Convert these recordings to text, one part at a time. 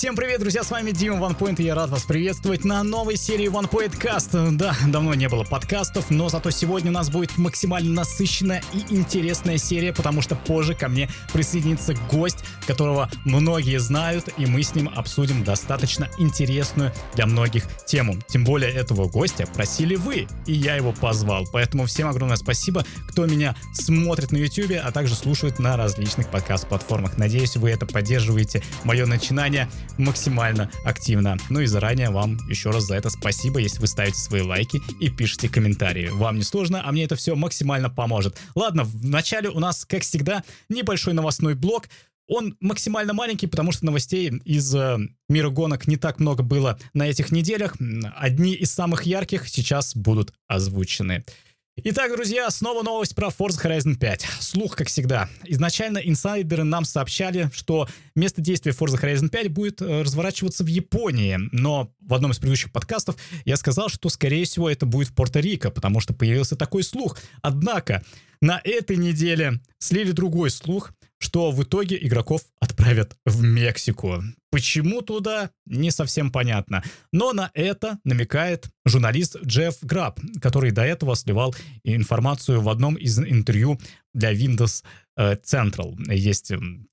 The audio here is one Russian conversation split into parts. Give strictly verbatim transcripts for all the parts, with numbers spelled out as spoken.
Всем привет, друзья, с вами Дима OnePoint, и я рад вас приветствовать на новой серии OnePoint Cast. Да, давно не было подкастов, но зато сегодня у нас будет максимально насыщенная и интересная серия, потому что позже ко мне присоединится гость, которого многие знают, и мы с ним обсудим достаточно интересную для многих тему. Тем более этого гостя просили вы, и я его позвал. Поэтому всем огромное спасибо, кто меня смотрит на YouTube, а также слушает на различных подкаст-платформах. Надеюсь, вы это поддерживаете, мое начинание максимально активно. Ну и заранее вам еще раз за это спасибо, если вы ставите свои лайки и пишите комментарии. Вам не сложно, а мне это все максимально поможет. Ладно, в начале у нас, как всегда, небольшой новостной блок. Он максимально маленький, потому что новостей из э, мира гонок не так много было на этих неделях. Одни из самых ярких сейчас будут озвучены. Итак, друзья, снова новость про Forza Horizon пять. Слух, как всегда. Изначально инсайдеры нам сообщали, что место действия Forza Horizon пять будет разворачиваться в Японии. Но в одном из предыдущих подкастов я сказал, что, скорее всего, это будет в Пуэрто-Рико, потому что появился такой слух. Однако на этой неделе слили другой слух, что в итоге игроков отправят в Мексику. Почему туда, не совсем понятно. Но на это намекает журналист Джефф Граб, который до этого сливал информацию в одном из интервью для Windows Central. Есть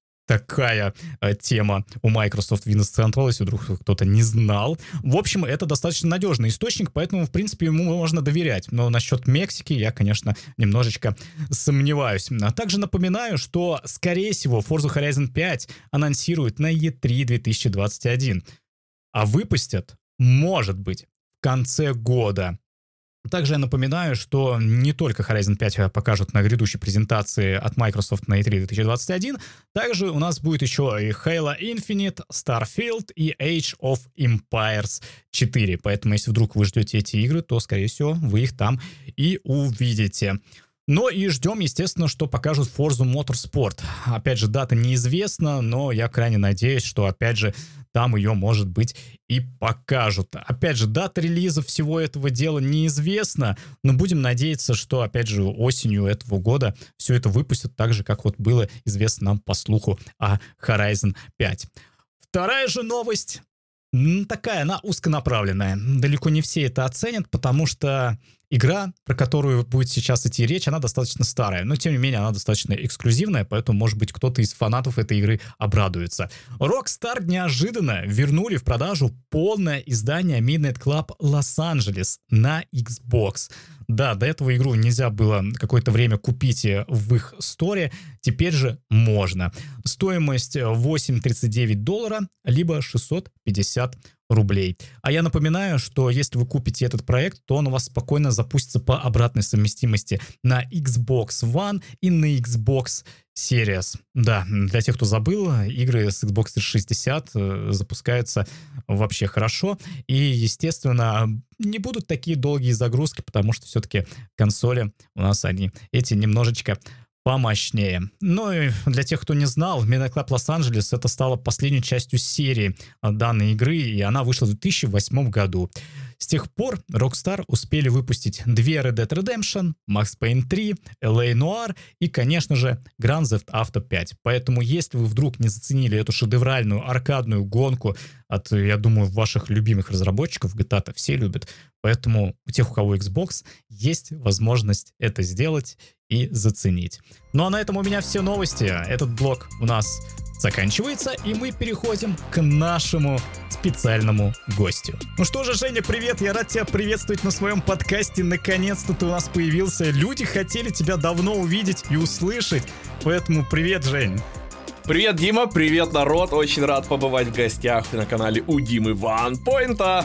такая э, тема у Microsoft Windows Central, если вдруг кто-то не знал. В общем, это достаточно надежный источник, поэтому, в принципе, ему можно доверять. Но насчет Мексики я, конечно, немножечко сомневаюсь. А также напоминаю, что, скорее всего, Forza Horizon пять анонсируют на и три две тысячи двадцать один. А выпустят, может быть, в конце года. Также я напоминаю, что не только Horizon пять покажут на грядущей презентации от Microsoft на и три две тысячи двадцать один, также у нас будет еще и Halo Infinite, Starfield и Age of Empires четыре. Поэтому, если вдруг вы ждете эти игры, то, скорее всего, вы их там и увидите. Ну и ждем, естественно, что покажут Forza Motorsport. Опять же, дата неизвестна, но я крайне надеюсь, что, опять же, там ее, может быть, и покажут. Опять же, дата релиза всего этого дела неизвестна, но будем надеяться, что, опять же, осенью этого года все это выпустят так же, как вот было известно нам по слуху о Horizon пять. Вторая же новость, такая, она узконаправленная. Далеко не все это оценят, потому что игра, про которую будет сейчас идти речь, она достаточно старая, но тем не менее она достаточно эксклюзивная, поэтому, может быть, кто-то из фанатов этой игры обрадуется. Rockstar неожиданно вернули в продажу полное издание Midnight Club Los-Angeles на Xbox. Да, до этого игру нельзя было какое-то время купить в их сторе, теперь же можно. Стоимость восемь тридцать девять доллара, либо шестьсот пятьдесят рублей. А я напоминаю, что если вы купите этот проект, то он у вас спокойно запустится по обратной совместимости на Xbox One и на Xbox Series. Да, для тех, кто забыл, игры с Xbox триста шестьдесят запускаются вообще хорошо. И, естественно, не будут такие долгие загрузки, потому что все-таки консоли у нас они эти немножечко помощнее. Ну и для тех, кто не знал, Midnight Club Los-Angeles это стало последней частью серии данной игры, и она вышла в две тысячи восьмом году. С тех пор Rockstar успели выпустить две Red Dead Redemption, Max Payne три, эл эй Noire и, конечно же, Grand Theft Auto пять. Поэтому, если вы вдруг не заценили эту шедевральную аркадную гонку от, я думаю, ваших любимых разработчиков, джи ти эй-то все любят, поэтому у тех, у кого Xbox, есть возможность это сделать и заценить. Ну а на этом у меня все новости. Этот блок у нас заканчивается, и мы переходим к нашему специальному гостю. Ну что же, Женя, привет, я рад тебя приветствовать на своем подкасте. Наконец-то ты у нас появился. Люди хотели тебя давно увидеть и услышать, поэтому привет, Жень. Привет, Дима, привет, народ. Очень рад побывать в гостях на канале у Димы OnePoint.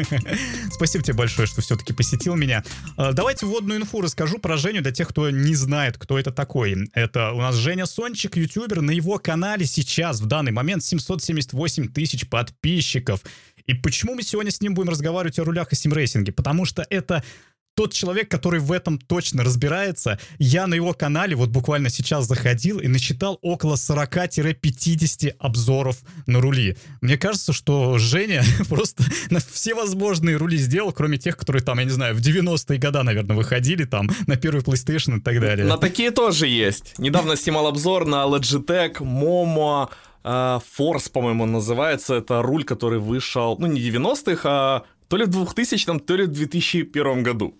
Спасибо тебе большое, что все-таки посетил меня. Давайте вводную инфу расскажу про Женю для тех, кто не знает, кто это такой. Это у нас Женя Сончик, ютубер. На его канале сейчас, в данный момент, семьсот семьдесят восемь тысяч подписчиков. И почему мы сегодня с ним будем разговаривать о рулях и симрейсинге? Потому что это тот человек, который в этом точно разбирается. Я на его канале вот буквально сейчас заходил и насчитал около сорок-пятьдесят обзоров на рули. Мне кажется, что Женя просто на все возможные рули сделал, кроме тех, которые там, я не знаю, в девяностые годы, наверное, выходили там на первый PlayStation и так далее. На такие тоже есть. Недавно снимал обзор на Logitech Momo Force, по-моему, называется. Это руль, который вышел, ну, не в девяностых, а то ли в двухтысячном, то ли в две тысячи первом году.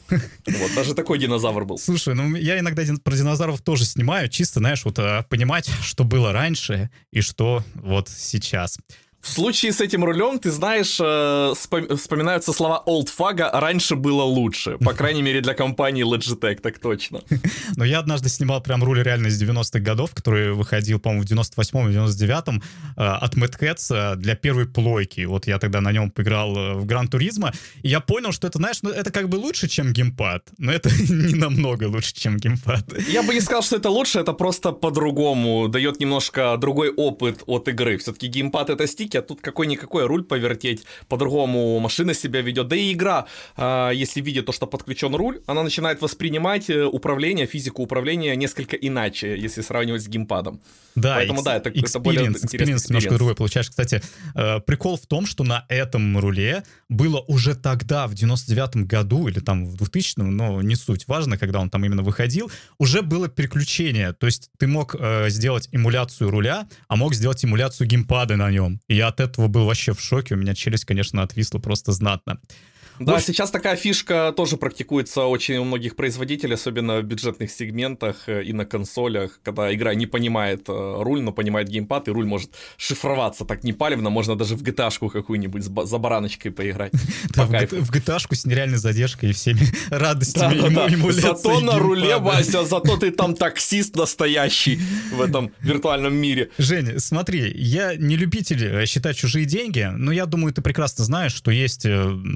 Вот, даже такой динозавр был. Слушай, ну я иногда про динозавров тоже снимаю, чисто, знаешь, вот понимать, что было раньше и что вот сейчас. В случае с этим рулем, ты знаешь, вспоминаются слова олдфага «раньше было лучше». По крайней мере, для компании Logitech, так точно. Но я однажды снимал прям руль реально из девяностых годов, который выходил, по-моему, в девяносто восьмом и девяносто девятом от Mad Cats для первой плойки. Вот я тогда на нем поиграл в Гран Туризмо, и я понял, что это, знаешь, ну это как бы лучше, чем геймпад, но это не намного лучше, чем геймпад. Я бы не сказал, что это лучше, это просто по-другому, дает немножко другой опыт от игры. Все-таки геймпад — это стики, а тут какой-никакой руль повертеть, по-другому машина себя ведет. Да и игра, если видит то, что подключен руль, она начинает воспринимать управление, физику управления несколько иначе, если сравнивать с геймпадом. Да, поэтому экс- да, это, experience, это более интересный experience немножко другой получаешь. Кстати, э, прикол в том, что на этом руле было уже тогда, в девяносто девятом году, или там в двухтысячном, но не суть, важно, когда он там именно выходил, уже было переключение. То есть ты мог э, сделать эмуляцию руля, а мог сделать эмуляцию геймпада на нем. И я от этого был вообще в шоке. У меня челюсть, конечно, отвисла просто знатно. Да, Может... сейчас такая фишка тоже практикуется очень у многих производителей, особенно в бюджетных сегментах и на консолях, когда игра не понимает руль, но понимает геймпад, и руль может шифроваться так непалевно, можно даже в джи ти эй-шку какую-нибудь за бараночкой поиграть. Да, в джи ти эй-шку с нереальной задержкой и всеми радостями эмуляции. Зато на руле, Вася, зато ты там таксист настоящий в этом виртуальном мире. Женя, смотри, я не любитель считать чужие деньги, но я думаю, ты прекрасно знаешь, что есть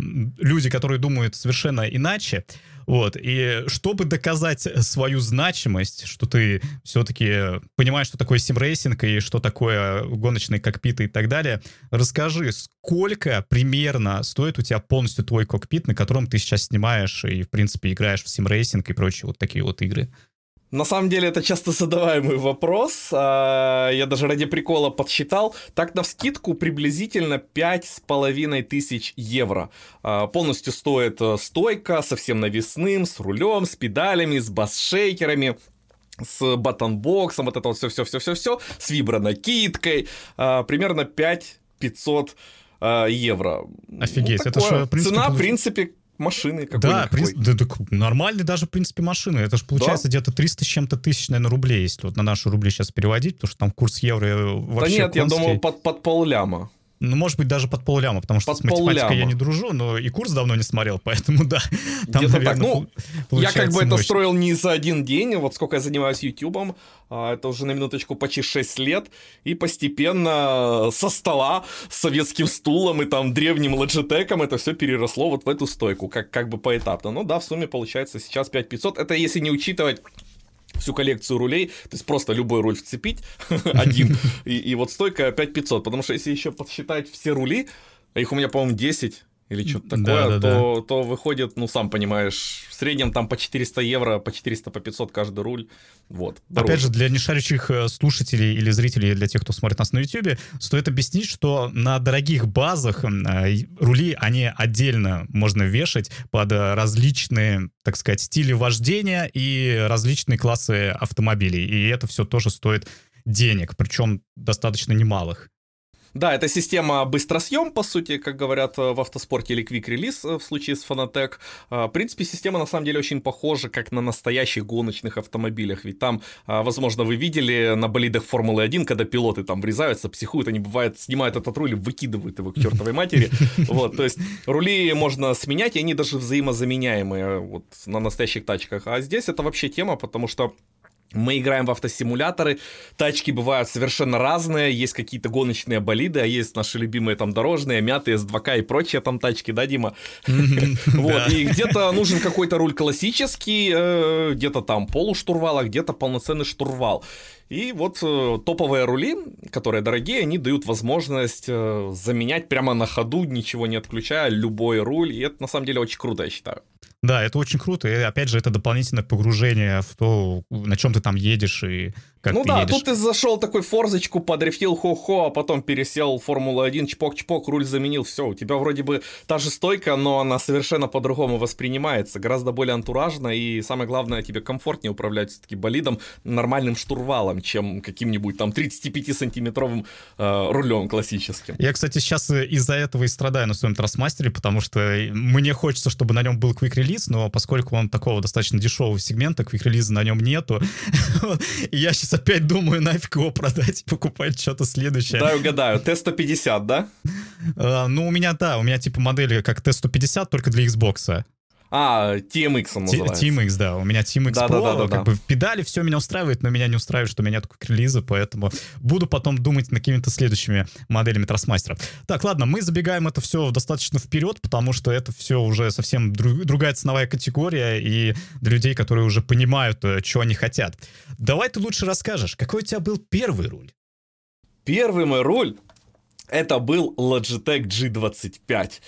люди, которые думают совершенно иначе, вот, и чтобы доказать свою значимость, что ты все-таки понимаешь, что такое симрейсинг и что такое гоночные кокпиты и так далее, расскажи, сколько примерно стоит у тебя полностью твой кокпит, на котором ты сейчас снимаешь и, в принципе, играешь в симрейсинг и прочие вот такие вот игры? На самом деле это часто задаваемый вопрос, я даже ради прикола подсчитал, так навскидку приблизительно пять с половиной тысяч евро. Полностью стоит стойка со всем навесным, с рулем, с педалями, с бас-шейкерами, с баттон-боксом, вот это вот все-все-все-все-все, с вибронакидкой, примерно пять тысяч пятьсот евро. Офигеть, ну, это же, в принципе... Цена, в принципе... машины Да, какой-никакой. да, да, нормальный даже, в принципе, машины. Это же получается да? где-то триста с чем-то тысяч, наверное, рублей, если вот на наши рубли сейчас переводить, потому что там курс евро вообще Да нет, конский. я думаю, под, под полляма. Ну, может быть, даже под полляма, потому что под с математикой полляма. я не дружу, но и курс давно не смотрел, поэтому да. Там, где-то наверное, так. Ну, я как бы мощно. это строил не за один день, вот сколько я занимаюсь ютубом, это уже на минуточку почти шесть лет, и постепенно со стола с советским стулом и там древним лоджитеком это все переросло вот в эту стойку, как, как бы поэтапно. Ну да, в сумме получается сейчас пять тысяч пятьсот, это если не учитывать всю коллекцию рулей, то есть просто любой руль вцепить, один, и, и вот стойка пять тысяч пятьсот, потому что если еще подсчитать все рули, а их у меня, по-моему, десять или что-то такое, да, да, то, да. то выходит, ну, сам понимаешь, в среднем там по четыреста евро, по четыреста, по пятьсот каждый руль, вот. Дороже. Опять же, для нешарящих слушателей или зрителей, для тех, кто смотрит нас на ютубе, стоит объяснить, что на дорогих базах рули, они отдельно можно вешать под различные, так сказать, стили вождения и различные классы автомобилей, и это все тоже стоит денег, причем достаточно немалых. Да, это система быстросъем, по сути, как говорят в автоспорте, или Quick Release в случае с Fanatec. В принципе, система на самом деле очень похожа, как на настоящих гоночных автомобилях, ведь там, возможно, вы видели на болидах Формулы один, когда пилоты там врезаются, психуют, они, бывает, снимают этот руль и выкидывают его к чертовой матери. Вот, то есть рули можно сменять, и они даже взаимозаменяемые вот, на настоящих тачках. А здесь это вообще тема, потому что мы играем в автосимуляторы, тачки бывают совершенно разные, есть какие-то гоночные болиды, а есть наши любимые там дорожные, мятые, эс два ка и прочие там тачки, да, Дима? Вот, и где-то нужен какой-то руль классический, где-то там полуштурвал, а где-то полноценный штурвал. И вот топовые рули, которые дорогие, они дают возможность заменять прямо на ходу, ничего не отключая, любой руль, и это на самом деле очень круто, я считаю. Да, это очень круто, и опять же, это дополнительное погружение в то, на чем ты там едешь, и как ну ты да, едешь. тут ты зашел такой форзочку, подрифтил хо-хо, а потом пересел в Формулу один, чпок-чпок, руль заменил, все, у тебя вроде бы та же стойка, но она совершенно по-другому воспринимается, гораздо более антуражно, и самое главное, тебе комфортнее управлять все-таки болидом, нормальным штурвалом, чем каким-нибудь там тридцатипятисантиметровым э, рулем классическим. Я, кстати, сейчас из-за этого и страдаю на своем Трасмастере, потому что мне хочется, чтобы на нем был квик-релиз, но поскольку он такого достаточно дешевого сегмента, квик-релиза на нем нету, я сейчас опять думаю, нафиг его продать, покупать что-то следующее. Дай угадаю, Т сто пятьдесят, да? Uh, ну, у меня, да, у меня типа модели как Т сто пятьдесят, только для Xbox. А, ти эм икс он называется. ти эм икс, да, у меня ти эм икс да, Pro, да, да, да, как да. бы в педали все меня устраивает, но меня не устраивает, что у меня нет квик-релиза, поэтому буду потом думать над какими-то следующими моделями Трасмастера. Так, ладно, мы забегаем это все достаточно вперед, потому что это все уже совсем друг, другая ценовая категория, и для людей, которые уже понимают, что они хотят. Давай ты лучше расскажешь, какой у тебя был первый руль? Первый мой руль, это был Logitech джи двадцать пять.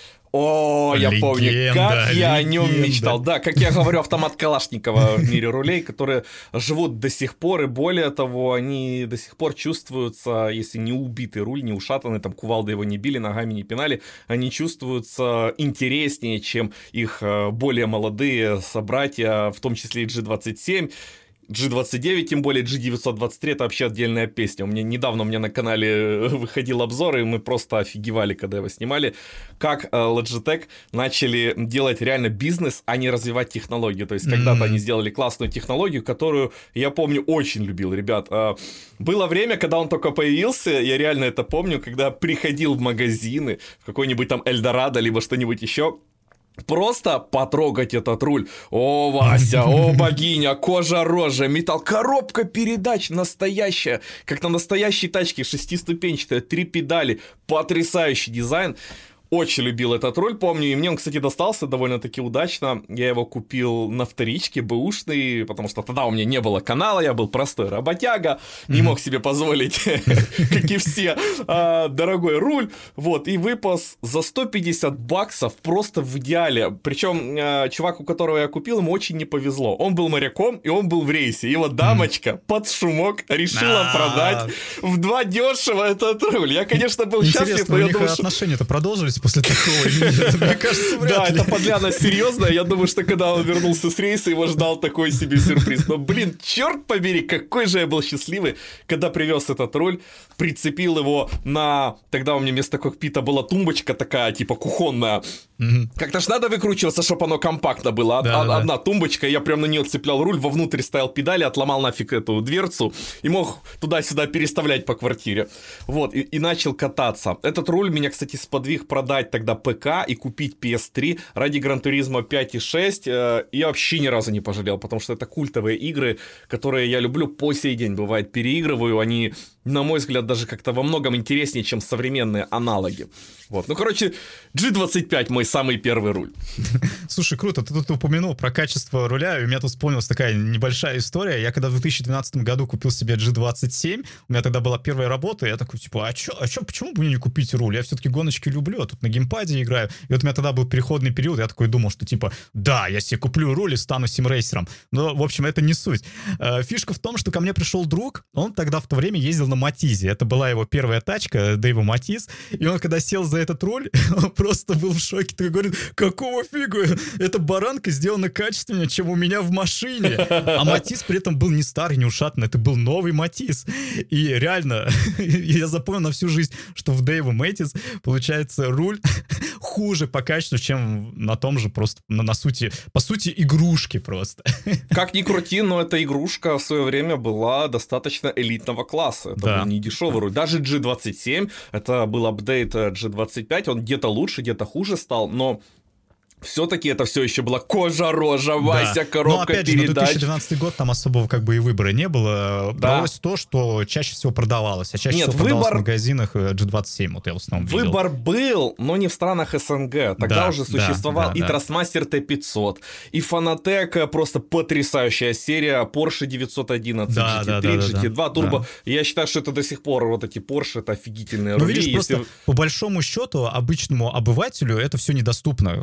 О, я легенда, помню, как я о нем легенда. мечтал. Да, как я говорю, автомат Калашникова в мире рулей, которые живут до сих пор, и более того, они до сих пор чувствуются, если не убитый руль, не ушатанный, там кувалды его не били, ногами не пинали, они чувствуются интереснее, чем их более молодые собратья, в том числе и джи двадцать семь. джи двадцать девять, тем более джи девятьсот двадцать три, это вообще отдельная песня. У меня недавно у меня на канале выходил обзор, и мы просто офигевали, когда его снимали, как Logitech начали делать реально бизнес, а не развивать технологию. То есть mm-hmm. когда-то они сделали классную технологию, которую я помню, очень любил, ребят. Было время, когда он только появился, я реально это помню, когда приходил в магазины, в какой-нибудь там Эльдорадо, либо что-нибудь еще, просто потрогать этот руль. О, Вася, о, богиня, кожа-рожа, металл, коробка передач настоящая, как на настоящей тачке, шестиступенчатая, три педали, потрясающий дизайн. Очень любил этот руль, помню, и мне он, кстати, достался довольно-таки удачно. Я его купил на вторичке, бэушный, потому что тогда у меня не было канала, я был простой работяга, не мог себе позволить, как и все, дорогой руль, вот, и выпас за сто пятьдесят баксов просто в идеале. Причем чувак, у которого я купил, ему очень не повезло. Он был моряком, и он был в рейсе, и вот дамочка под шумок решила продать в два дешево этот руль. Я, конечно, был счастлив, но я думаю, что... отношения-то продолжились после такого? Мне кажется, вряд Да, ли. это подляна серьезная. Я думаю, что когда он вернулся с рейса, его ждал такой себе сюрприз. Но, блин, черт побери, какой же я был счастливый, когда привез этот руль, прицепил его на... Тогда у меня вместо кокпита была тумбочка такая, типа кухонная. Mm-hmm. Как-то ж надо выкручиваться, чтобы оно компактно было. Да, Одна да. тумбочка, я прям на нее цеплял руль, вовнутрь ставил педали, отломал нафиг эту дверцу и мог туда-сюда переставлять по квартире. Вот, и, и начал кататься. Этот руль меня, кстати, сподвиг продать тогда ПК и купить пи эс три ради Gran Turismo пять и шесть. Я вообще ни разу не пожалел, потому что это культовые игры, которые я люблю по сей день. Бывает, переигрываю, они, на мой взгляд, даже как-то во многом интереснее, чем современные аналоги. Вот. Ну, короче, джи двадцать пять мой самый первый руль. Слушай, круто, ты тут упомянул про качество руля, и у меня тут вспомнилась такая небольшая история. Я когда в две тысячи двенадцатом году купил себе джи двадцать семь, у меня тогда была первая работа, и я такой, типа, а чё, а чё, почему бы мне не купить руль? Я все-таки гоночки люблю, а тут на геймпаде играю. И вот у меня тогда был переходный период, я такой думал, что типа, да, я себе куплю руль и стану симрейсером. Но, в общем, это не суть. Фишка в том, что ко мне пришел друг, он тогда в то время ездил на Матизе. Это была его первая тачка, Дэйва Матиз. И он, когда сел за этот руль, он просто был в шоке. Такой говорит, какого фига? Эта баранка сделана качественнее, чем у меня в машине. А Матиз при этом был не старый, не ушатанный, это был новый Матиз. И реально, я запомнил на всю жизнь, что в Дэйва Матиз получается руль хуже по качеству, чем на том же просто, на, на сути, по сути, игрушки просто. Как ни крути, но эта игрушка в свое время была достаточно элитного класса. Это да. был не дешевый руль. Даже джи двадцать семь, это был апдейт джи двадцать пять, он где-то лучше, где-то хуже стал, но... Все-таки это все еще была кожа-рожа, Вася, да. коробка Но, опять передач. же, на две тысячи двенадцатый год там особого как бы и выбора не было. Да. Бралось то, что чаще всего продавалось. А чаще Нет, всего выбор... продавалось в магазинах джи двадцать семь, вот я в основном видел. Выбор был, но не в странах СНГ. Тогда да, уже существовал да, да, и да. Trustmaster ти пятьсот, и Fanatec, просто потрясающая серия, Porsche девятьсот одиннадцать, да, джи ти три, да, да, джи ти два, да, Turbo. Да. Я считаю, что это до сих пор вот эти Porsche, это офигительные ну, рули. видишь, если... просто по большому счету обычному обывателю это все недоступно, который вот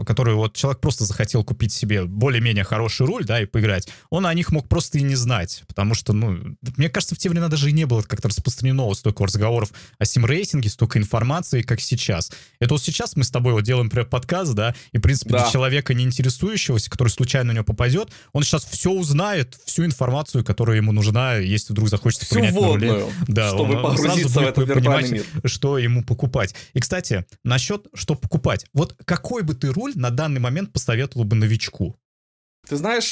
вот человек просто захотел купить себе более-менее хороший руль, да, и поиграть, он о них мог просто и не знать, потому что, ну, мне кажется, в те времена даже и не было как-то распространено столько разговоров о сим-рейсинге, столько информации, как сейчас. Это вот сейчас мы с тобой вот делаем, например, подкаст, да, и, в принципе, да. для человека не интересующегося, который случайно на него попадет, он сейчас все узнает, всю информацию, которая ему нужна, если вдруг захочется всю поменять водную, на руле. Да, чтобы он, он сразу будет понимать, мир. что ему покупать. И, кстати, насчет, что покупать. Вот какой бы ты руль на данный момент посоветовал бы новичку? Ты знаешь,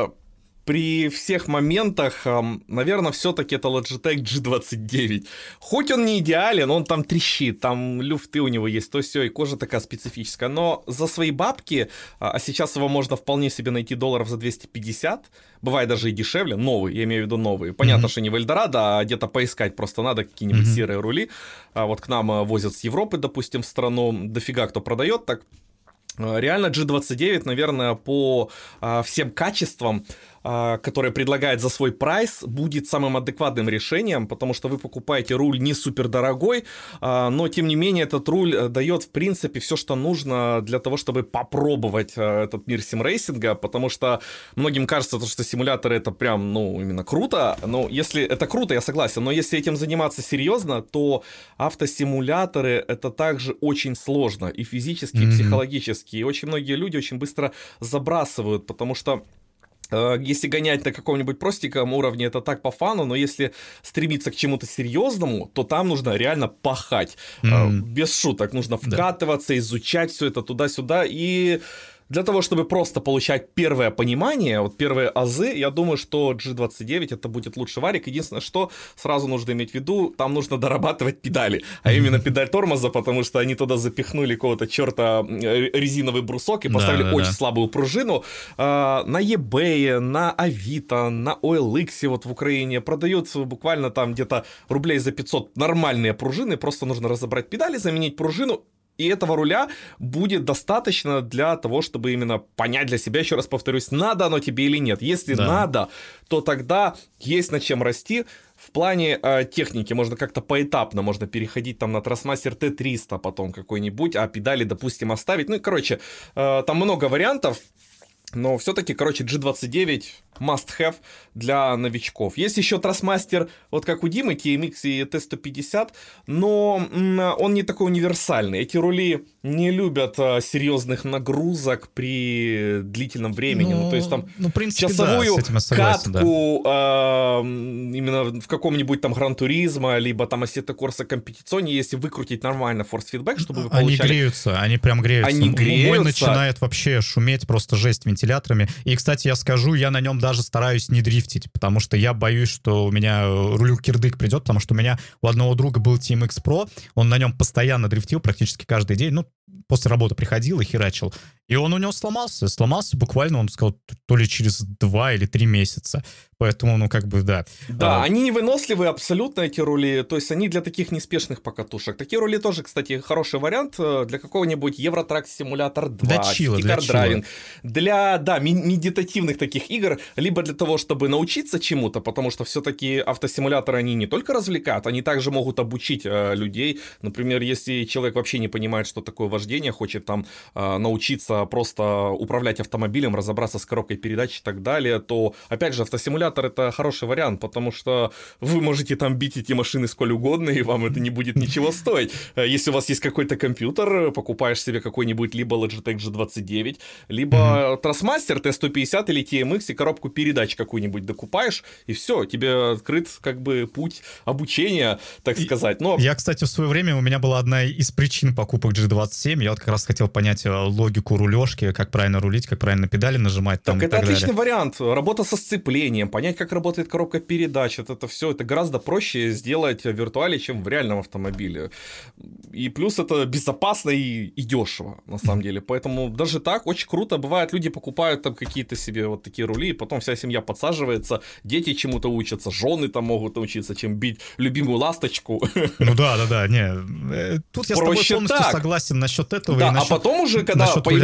при всех моментах, наверное, все-таки это Logitech джи двадцать девять. Хоть он не идеален, он там трещит, там люфты у него есть, то все, и кожа такая специфическая. Но за свои бабки, а сейчас его можно вполне себе найти долларов за двести пятьдесят, бывает даже и дешевле, новые, я имею в виду новые. Понятно, mm-hmm. что не в Эльдорадо, а где-то поискать просто надо какие-нибудь mm-hmm. серые рули. А вот к нам возят с Европы, допустим, в страну, дофига кто продает так. Реально джи двадцать девять, наверное, по а, всем качествам, а, которые предлагает за свой прайс, будет самым адекватным решением, потому что вы покупаете руль не супер дорогой, а, но тем не менее этот руль дает в принципе все, что нужно для того, чтобы попробовать а, этот мир симрейсинга, потому что многим кажется, что симуляторы это прям, ну, именно круто, но если это круто, я согласен, но если этим заниматься серьезно, то автосимуляторы это также очень сложно и физически, и mm-hmm. психологически. И очень многие люди очень быстро забрасывают, потому что э, если гонять на каком-нибудь простеньком уровне, это так по фану, но если стремиться к чему-то серьезному, то там нужно реально пахать. Mm-hmm. Э, без шуток, нужно вкатываться, да. изучать все это туда-сюда. И для того, чтобы просто получать первое понимание, вот первые азы, я думаю, что джи двадцать девять это будет лучший варик. Единственное, что сразу нужно иметь в виду, там нужно дорабатывать педали, а именно педаль тормоза, потому что они туда запихнули какого-то черта резиновый брусок и поставили да, да, очень да. слабую пружину. На eBay, на Авито, на о эл икс вот в Украине продают буквально там где-то рублей за пятьсот нормальные пружины, просто нужно разобрать педали, заменить пружину. И этого руля будет достаточно для того, чтобы именно понять для себя, еще раз повторюсь, надо оно тебе или нет. Если да. надо, то тогда есть над чем расти. В плане э, техники можно как-то поэтапно, можно переходить там на Trustmaster ти триста потом какой-нибудь, а педали, допустим, оставить. Ну и, короче, э, там много вариантов. Но все-таки, короче, джи двадцать девять must-have для новичков. Есть еще Trustmaster, вот как у Димы, ти эм икс и ти сто пятьдесят, но он не такой универсальный. Эти рули не любят а, серьезных нагрузок при длительном времени. Ну, ну то есть там ну, в принципе, часовую да, согласен, катку да. а, именно в каком-нибудь там Гран-туризмо, либо там Assetto Corsa компетиционе, если выкрутить нормально форс-фидбэк, чтобы вы получали... Они греются, они прям греются. Они греются. Мой начинает вообще шуметь, просто жесть вентиляторами. И, кстати, я скажу, я на нем даже стараюсь не дрифтить, потому что я боюсь, что у меня рулю кирдык придет, потому что у меня у одного друга был ти эм икс Pro, он на нем постоянно дрифтил практически каждый день, ну, после работы приходил и херачил. И он у него сломался, сломался буквально, он сказал, то ли через два или три месяца. Поэтому, ну, как бы, да. Да, а, они невыносливые абсолютно, эти рули, то есть они для таких неспешных покатушек. Такие рули тоже, кстати, хороший вариант для какого-нибудь Евротрак Симулятор два, для чила, для драйвинг, для, да, медитативных таких игр, либо для того, чтобы научиться чему-то, потому что все-таки автосимуляторы, они не только развлекают, они также могут обучить э, людей. Например, если человек вообще не понимает, что такое вождение, хочет там э, научиться просто управлять автомобилем, разобраться с коробкой передач и так далее, то, опять же, автосимулятор это хороший вариант, потому что вы можете там бить эти машины сколь угодно, и вам это не будет ничего стоить. Если у вас есть какой-то компьютер, покупаешь себе какой-нибудь либо Logitech джи двадцать девять, либо mm-hmm. Trustmaster ти сто пятьдесят или ти эм икс, и коробку передач какую-нибудь докупаешь, и все, тебе открыт как бы путь обучения, так и сказать. Но... Я, кстати, в свое время, у меня была одна из причин покупок джи двадцать семь, я вот как раз хотел понять логику рулежки, как правильно рулить, как правильно педали нажимать. Там, так это так отличный далее. вариант. Работа со сцеплением, понять, как работает коробка передач, это, это все, это гораздо проще сделать в виртуале, чем в реальном автомобиле. И плюс это безопасно и, и дешево, на самом деле. Поэтому даже так очень круто. Бывает, люди покупают там какие-то себе вот такие рули, и потом вся семья подсаживается, дети чему-то учатся, жены там могут научиться, чем бить любимую ласточку. Ну да, да, да, не. Тут я проще с тобой полностью так. согласен насчет этого. Да, и насчет, а потом уже, когда появляется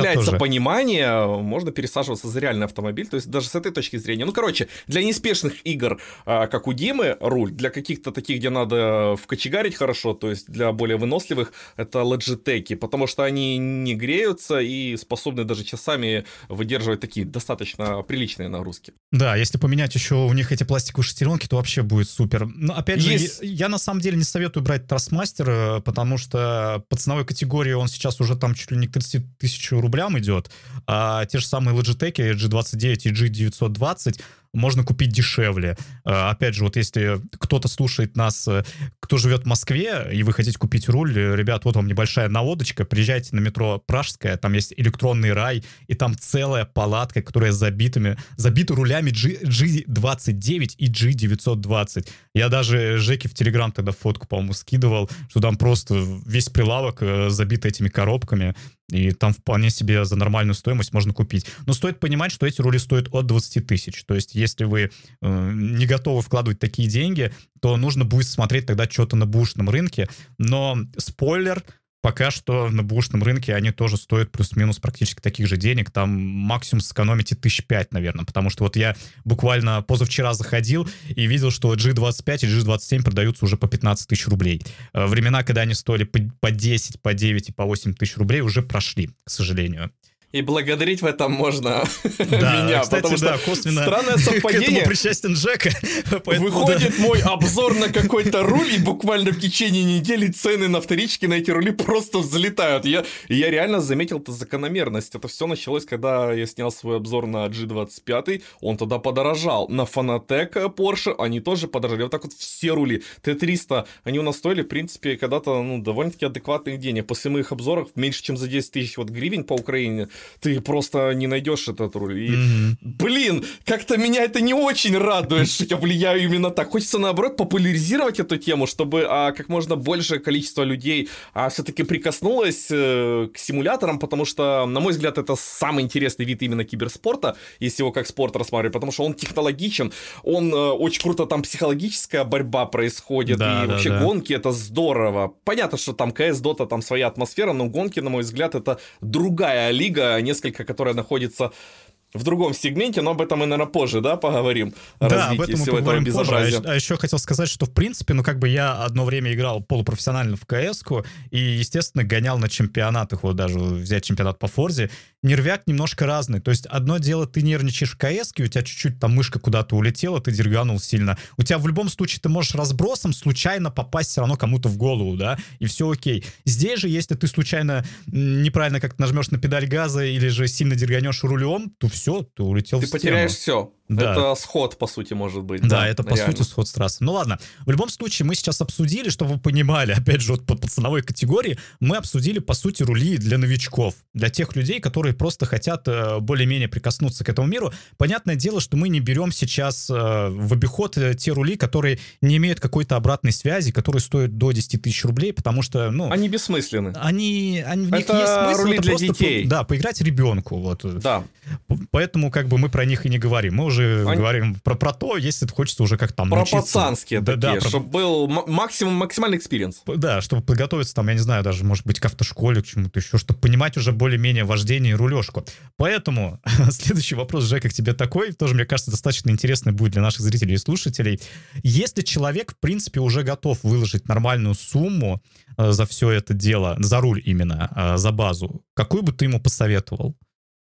появляется тоже. понимание, можно пересаживаться за реальный автомобиль, то есть даже с этой точки зрения. Ну, короче, для неспешных игр, как у Димы, руль, для каких-то таких, где надо вкочегарить хорошо, то есть для более выносливых, это Logitech, потому что они не греются и способны даже часами выдерживать такие достаточно приличные нагрузки. Да, если поменять еще у них эти пластиковые шестеренки, то вообще будет супер. Но опять же, Есть... я, я на самом деле не советую брать Трастмастер, потому что по ценовой категории он сейчас уже там чуть ли не к тридцати тысячам рублям идет, а те же самые Logitech джи двадцать девять и джи девятьсот двадцать можно купить дешевле. Опять же, вот если кто-то слушает нас, кто живет в Москве, и вы хотите купить руль, ребят, вот вам небольшая наводочка, приезжайте на метро Пражская, там есть электронный рай, и там целая палатка, которая забитыми, забита рулями джи двадцать девять и джи девятьсот двадцать. Я даже Жеке в Телеграм тогда фотку, по-моему, скидывал, что там просто весь прилавок забит этими коробками, и там вполне себе за нормальную стоимость можно купить. Но стоит понимать, что эти рули стоят от двадцати тысяч. То есть, если вы э, не готовы вкладывать такие деньги, то нужно будет смотреть тогда что-то на бэушном рынке. Но спойлер, пока что на бэушном рынке они тоже стоят плюс-минус практически таких же денег. Там максимум сэкономите тысяч пять, наверное. Потому что вот я буквально позавчера заходил и видел, что джи двадцать пять и джи двадцать семь продаются уже по пятнадцать тысяч рублей. Времена, когда они стоили по десять, по девять и по восемь тысяч рублей, уже прошли, к сожалению. И благодарить в этом можно да, меня, кстати, потому да, что косвенно странное совпадение. К этому причастен Джека. Выходит да. мой обзор на какой-то руль, и буквально в течение недели цены на вторичке на эти рули просто взлетают. Я, я реально заметил эту закономерность. Это все началось, когда я снял свой обзор на джи двадцать пять, он тогда подорожал. На Fanatec Porsche они тоже подорожали. Вот так вот все рули. Т триста, они у нас стоили, в принципе, когда-то ну, довольно-таки адекватных денег. После моих обзоров меньше, чем за десять тысяч вот гривен по Украине, ты просто не найдешь этот руль. И, mm-hmm. блин, как-то меня это не очень радует, что я влияю именно так. Хочется, наоборот, популяризировать эту тему, чтобы а, как можно большее количество людей а, все-таки прикоснулось э, к симуляторам, потому что, на мой взгляд, это самый интересный вид именно киберспорта, если его как спорт рассматривать, потому что он технологичен, он э, очень круто, там психологическая борьба происходит, да, и да, вообще да. гонки — это здорово. Понятно, что там си эс, Dota, там своя атмосфера, но гонки, на мой взгляд, это другая лига, несколько, которая находится в другом сегменте, но об этом мы, наверное, позже, да, поговорим. О да, об этом мы поговорим позже. А, а еще хотел сказать, что, в принципе, ну, как бы я одно время играл полупрофессионально в КС-ку и, естественно, гонял на чемпионатах, вот даже взять чемпионат по Форзе. Нервяк немножко разный. То есть одно дело, ты нервничаешь в КС-ке, у тебя чуть-чуть там мышка куда-то улетела, ты дерганул сильно. У тебя в любом случае ты можешь разбросом случайно попасть все равно кому-то в голову, да, и все окей. Здесь же, если ты случайно неправильно как-то нажмешь на педаль газа или же сильно дерганешь рулем, то все, ты улетел ты в стену. Ты потеряешь все. Да. Это сход, по сути, может быть. Да, да это, по реально. сути, сход с трассы. Ну ладно, в любом случае, мы сейчас обсудили, чтобы вы понимали, опять же, вот по, по ценовой категории, мы обсудили, по сути, рули для новичков, для тех людей, которые просто хотят э, более-менее прикоснуться к этому миру. Понятное дело, что мы не берем сейчас э, в обиход э, те рули, которые не имеют какой-то обратной связи, которые стоят до десяти тысяч рублей, потому что, ну... Они бессмысленны. Они, они в них это есть смысл, рули это для просто детей. По, да, поиграть ребенку, вот. Да. Поэтому, как бы, мы про них и не говорим. Мы уже Они... говорим про, про то, если хочется уже как там про научиться. пацанские да, такие, да, про... чтобы был максимум, максимальный экспириенс. Да, чтобы подготовиться там, я не знаю, даже, может быть, к автошколе, к чему-то еще, чтобы понимать уже более-менее вождение и рулежку. Поэтому следующий вопрос, Жека, к тебе такой, тоже, мне кажется, достаточно интересный будет для наших зрителей и слушателей. Если человек, в принципе, уже готов выложить нормальную сумму э, за все это дело, за руль именно, э, за базу, какую бы ты ему посоветовал?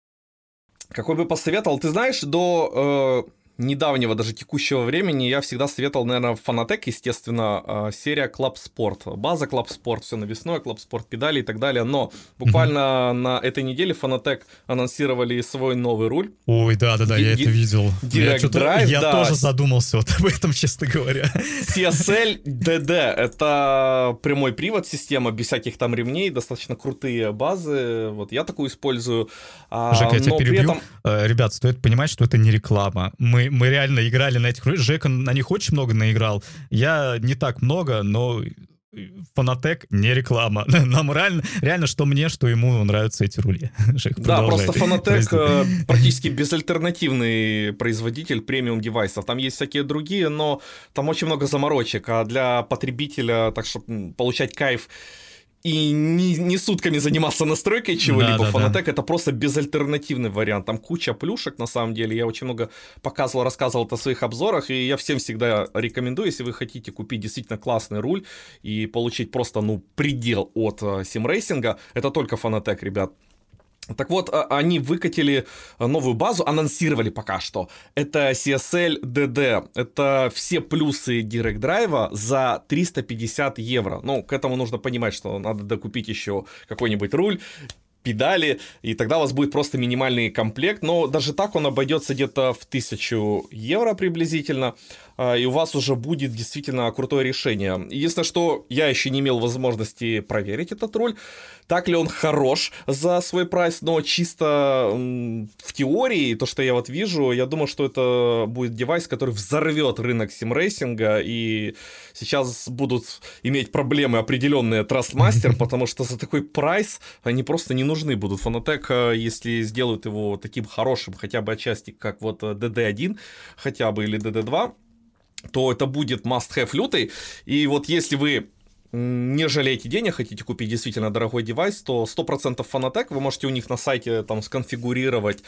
Какой бы посоветовал? Ты знаешь, до э, недавнего, даже текущего времени я всегда советовал, наверное, Fanatec, естественно, э, серия Club Sport. База Club Sport, все навесное, Club Sport педали и так далее. Но буквально mm-hmm. на этой неделе Fanatec анонсировали свой новый руль. Ой, да-да-да, я это видел. Direct Drive, Я да. тоже задумался вот об этом, честно говоря. си эс эл ди ди — это прямой привод система, без всяких там ремней, достаточно крутые базы. Вот я такую использую. Жека, я тебя перебью. Этом... Ребят, стоит понимать, что это не реклама. Мы, мы реально играли на этих рулях. Жека на них очень много наиграл. Я не так много, но Fanatec не реклама. Нам реально, реально, что мне, что ему нравятся эти рули. Жек, да, просто Fanatec практически безальтернативный производитель премиум девайсов. Там есть всякие другие, но там очень много заморочек. А для потребителя, так что получать кайф и не, не сутками заниматься настройкой чего-либо, да, да, Fanatec да. это просто безальтернативный вариант. Там куча плюшек, на самом деле. Я очень много показывал, рассказывал это в своих обзорах, и я всем всегда рекомендую, если вы хотите купить действительно классный руль и получить просто, ну, предел от симрейсинга, это только Fanatec, ребят. Так вот, они выкатили новую базу, анонсировали пока что. Это си эс эль ди ди. Это все плюсы Direct Drive за триста пятьдесят евро. Ну, к этому нужно понимать, что надо докупить еще какой-нибудь руль, педали, и тогда у вас будет просто минимальный комплект, но даже так он обойдется где-то в тысячу евро приблизительно, и у вас уже будет действительно крутое решение. Единственное, что я еще не имел возможности проверить этот руль, так ли он хорош за свой прайс, но чисто в теории, то, что я вот вижу, я думаю, что это будет девайс, который взорвет рынок симрейсинга, и сейчас будут иметь проблемы определенные Trustmaster, потому что за такой прайс они просто не нужны будут. Fanatec, если сделают его таким хорошим, хотя бы отчасти, как вот ди ди один, хотя бы, или ди ди два, то это будет must-have лютый. И вот если вы не жалеете денег, хотите купить действительно дорогой девайс, то сто процентов Fanatec, вы можете у них на сайте там сконфигурировать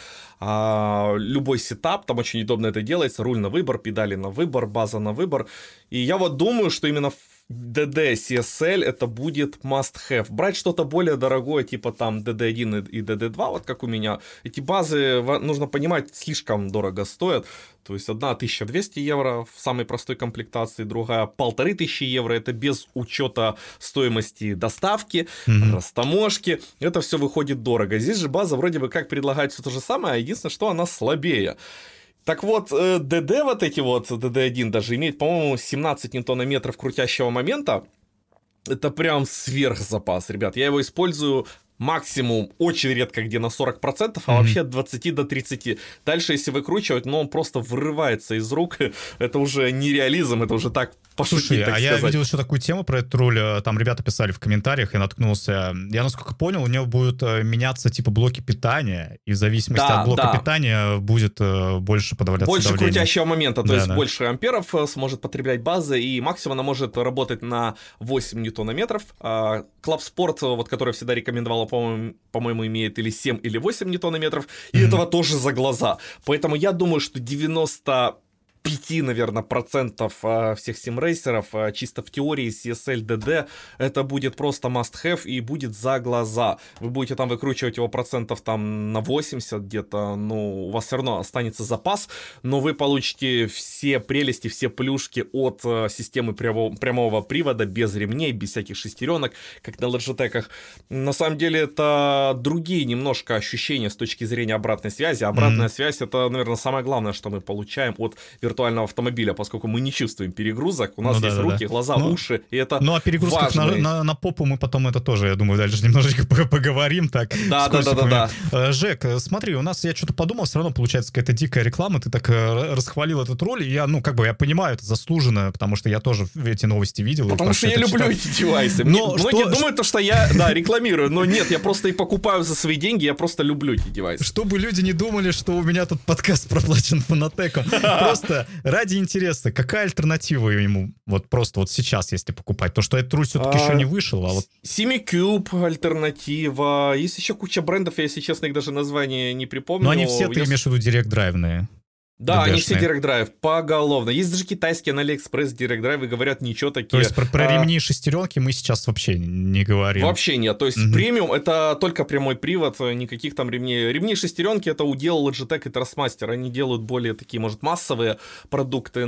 а, любой сетап, там очень удобно это делается, руль на выбор, педали на выбор, база на выбор. И я вот думаю, что именно ди ди си эс эль это будет must-have. Брать что-то более дорогое, типа там ди ди один и ди ди два, вот как у меня, эти базы, нужно понимать, слишком дорого стоят. То есть одна тысяча двести евро в самой простой комплектации, другая полторы тысячи евро, это без учета стоимости доставки, mm-hmm. растаможки, это все выходит дорого. Здесь же база вроде бы как предлагает все то же самое, единственное, что она слабее. Так вот, ди ди вот эти вот, ди ди один даже имеет, по-моему, семнадцать ньютонометров крутящего момента. Это прям сверхзапас, ребят. Я его использую максимум очень редко где на сорок процентов, а mm-hmm. вообще от двадцати до тридцати. Дальше, если выкручивать, ну, он просто вырывается из рук. Это уже не реализм, это уже так пошутить, Слушай, так а сказать. Я видел еще такую тему про этот руль, там ребята писали в комментариях, я наткнулся. Я, насколько понял, у него будут меняться типа блоки питания, и в зависимости да, от блока да. питания будет больше подавляться больше давление. Крутящего момента, то да, есть да. больше амперов сможет потреблять база, и максимум она может работать на восемь ньютонометров. Club Sport, вот, который всегда рекомендовала, по-моему, по-моему, имеет или семь, или восемь ньютонометров, и mm-hmm. этого тоже за глаза. Поэтому я думаю, что девяносто пять, наверное, процентов всех симрейсеров чисто в теории си эс эль ди ди это будет просто must-have и будет за глаза. Вы будете там выкручивать его процентов там на восемьдесят где-то, ну, у вас все равно останется запас, но вы получите все прелести, все плюшки от системы прямого, прямого привода, без ремней, без всяких шестеренок, как на Logitech. На самом деле это другие немножко ощущения с точки зрения обратной связи. Обратная mm-hmm. связь — это, наверное, самое главное, что мы получаем от виртуального автомобиля, поскольку мы не чувствуем перегрузок, у нас ну, есть да, руки, да. глаза, ну, уши, и это ну, о перегрузках на, на, на попу мы потом это тоже, я думаю, дальше немножечко поговорим. Так, да, да, да, да, да. Жек, смотри, у нас, я что-то подумал, все равно получается какая-то дикая реклама, ты так расхвалил этот роль, и я, ну, как бы, я понимаю, это заслуженно, потому что я тоже эти новости видел. Потому что я люблю читал. Эти девайсы. Но многие что... думают, что я, да, рекламирую, но нет, я просто и покупаю за свои деньги, я просто люблю эти девайсы. Чтобы люди не думали, что у меня тут подкаст проплачен Fanatec. Просто ради интереса, какая альтернатива ему вот просто вот сейчас, если покупать? То, что этот руль все-таки а, еще не вышел, а вот... SimiCube альтернатива. Есть еще куча брендов, я, если честно, их даже название не припомню. Но они все, ты имеешь в виду, директ-драйвные. Да, они все Direct Drive поголовно. Есть даже китайские на AliExpress Direct Drive и говорят ничего такие. То есть про, про а... ремни и шестеренки мы сейчас вообще не говорим. Вообще нет. То есть угу. премиум — это только прямой привод, никаких там ремней. Ремни и шестеренки — это удел Logitech и Trustmaster. Они делают более такие, может, массовые продукты,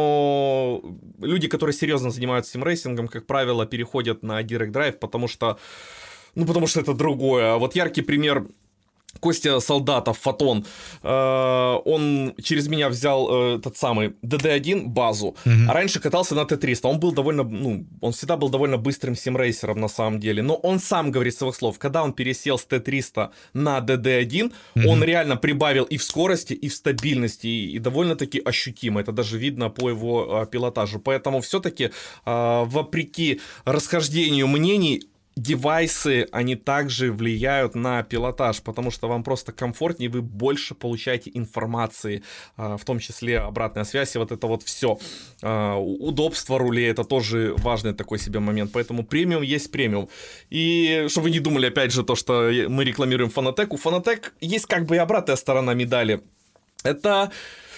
но люди, которые серьезно занимаются симрейсингом, как правило, переходят на Direct Drive, потому что, ну, потому что это другое. Вот яркий пример — Костя Солдатов, Фотон, э, он через меня взял э, этот самый ди ди один базу, mm-hmm. а раньше катался на ти триста. Он был довольно, ну, он всегда был довольно быстрым симрейсером на самом деле, но он сам говорит своих слов, когда он пересел с ти триста на ди ди один, mm-hmm. он реально прибавил и в скорости, и в стабильности, и, и довольно-таки ощутимо. Это даже видно по его э, пилотажу. Поэтому все-таки, э, вопреки расхождению мнений, девайсы, они также влияют на пилотаж, потому что вам просто комфортнее, вы больше получаете информации, в том числе обратная связь, и вот это вот все. Удобство рулей, это тоже важный такой себе момент, поэтому премиум есть премиум. И чтобы вы не думали, опять же, то, что мы рекламируем Fanatec, у Fanatec есть как бы и обратная сторона медали. Это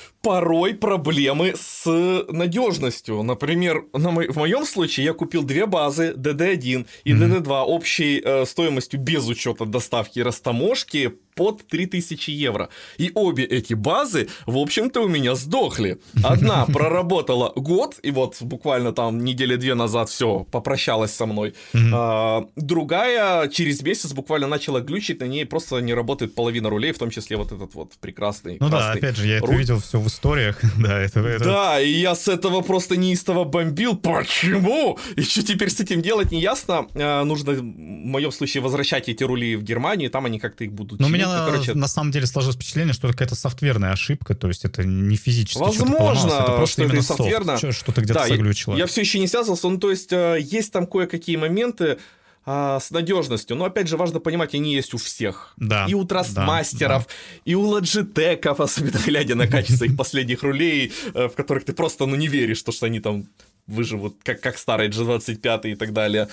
порой проблемы с надежностью. Например, на мо- в моем случае я купил две базы ди ди один и mm-hmm. ди ди два общей э, стоимостью без учета доставки и растаможки под три тысячи евро. И обе эти базы, в общем-то, у меня сдохли. Одна проработала год, и вот буквально там недели две назад все, попрощалась со мной. Mm-hmm. А, другая через месяц буквально начала глючить, на ней просто не работает половина рулей, в том числе вот этот вот прекрасный Ну красный да, опять же, я это руль. видел все в историях. да, это, это... да, и я с этого просто неистово бомбил. Почему? И что теперь с этим делать, не ясно. А, нужно в моем случае возвращать эти рули в Германию, там они как-то их будут Но чинить. у меня Ну, короче... на самом деле сложилось впечатление, что это какая-то софтверная ошибка, то есть это не физически Возможно, что-то поломалось, это просто что именно это софтверно. софт, что-то где-то да, заглючило. Я, я все еще не связывался, ну то есть есть там кое-какие моменты а, с надежностью, но опять же важно понимать, они есть у всех. Да, и у Трастмастеров, да, да. и у Лоджитеков, особенно глядя на качество их последних рулей, в которых ты просто ну, не веришь, что, что они там выживут, как, как старый джи двадцать пять и так далее.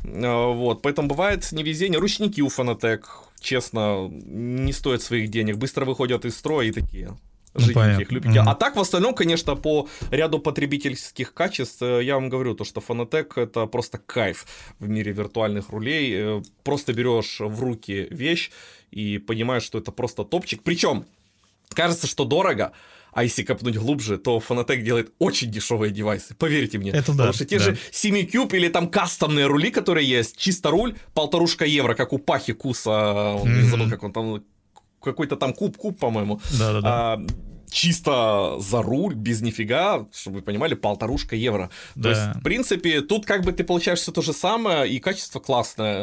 Вот. Поэтому бывает невезение. Ручники у Fanatec, честно, не стоят своих денег, быстро выходят из строя и такие... Жиденькие, их любите. Mm-hmm. А так, в остальном, конечно, по ряду потребительских качеств, я вам говорю, то, что Fanatec — это просто кайф в мире виртуальных рулей. Просто берешь в руки вещь и понимаешь, что это просто топчик. Причем, кажется, что дорого, а если копнуть глубже, то Fanatec делает очень дешевые девайсы, поверьте мне. Это да, Потому что те да. же семикюб или там кастомные рули, которые есть, чисто руль, полторушка евро, как у Пахи Куса, mm-hmm. не забыл, как он там... какой-то там куб-куб, по-моему. Да-да-да. А, чисто за руль, без нифига, чтобы вы понимали, полторушка евро. Да. То есть, в принципе, тут как бы ты получаешь все то же самое, и качество классное,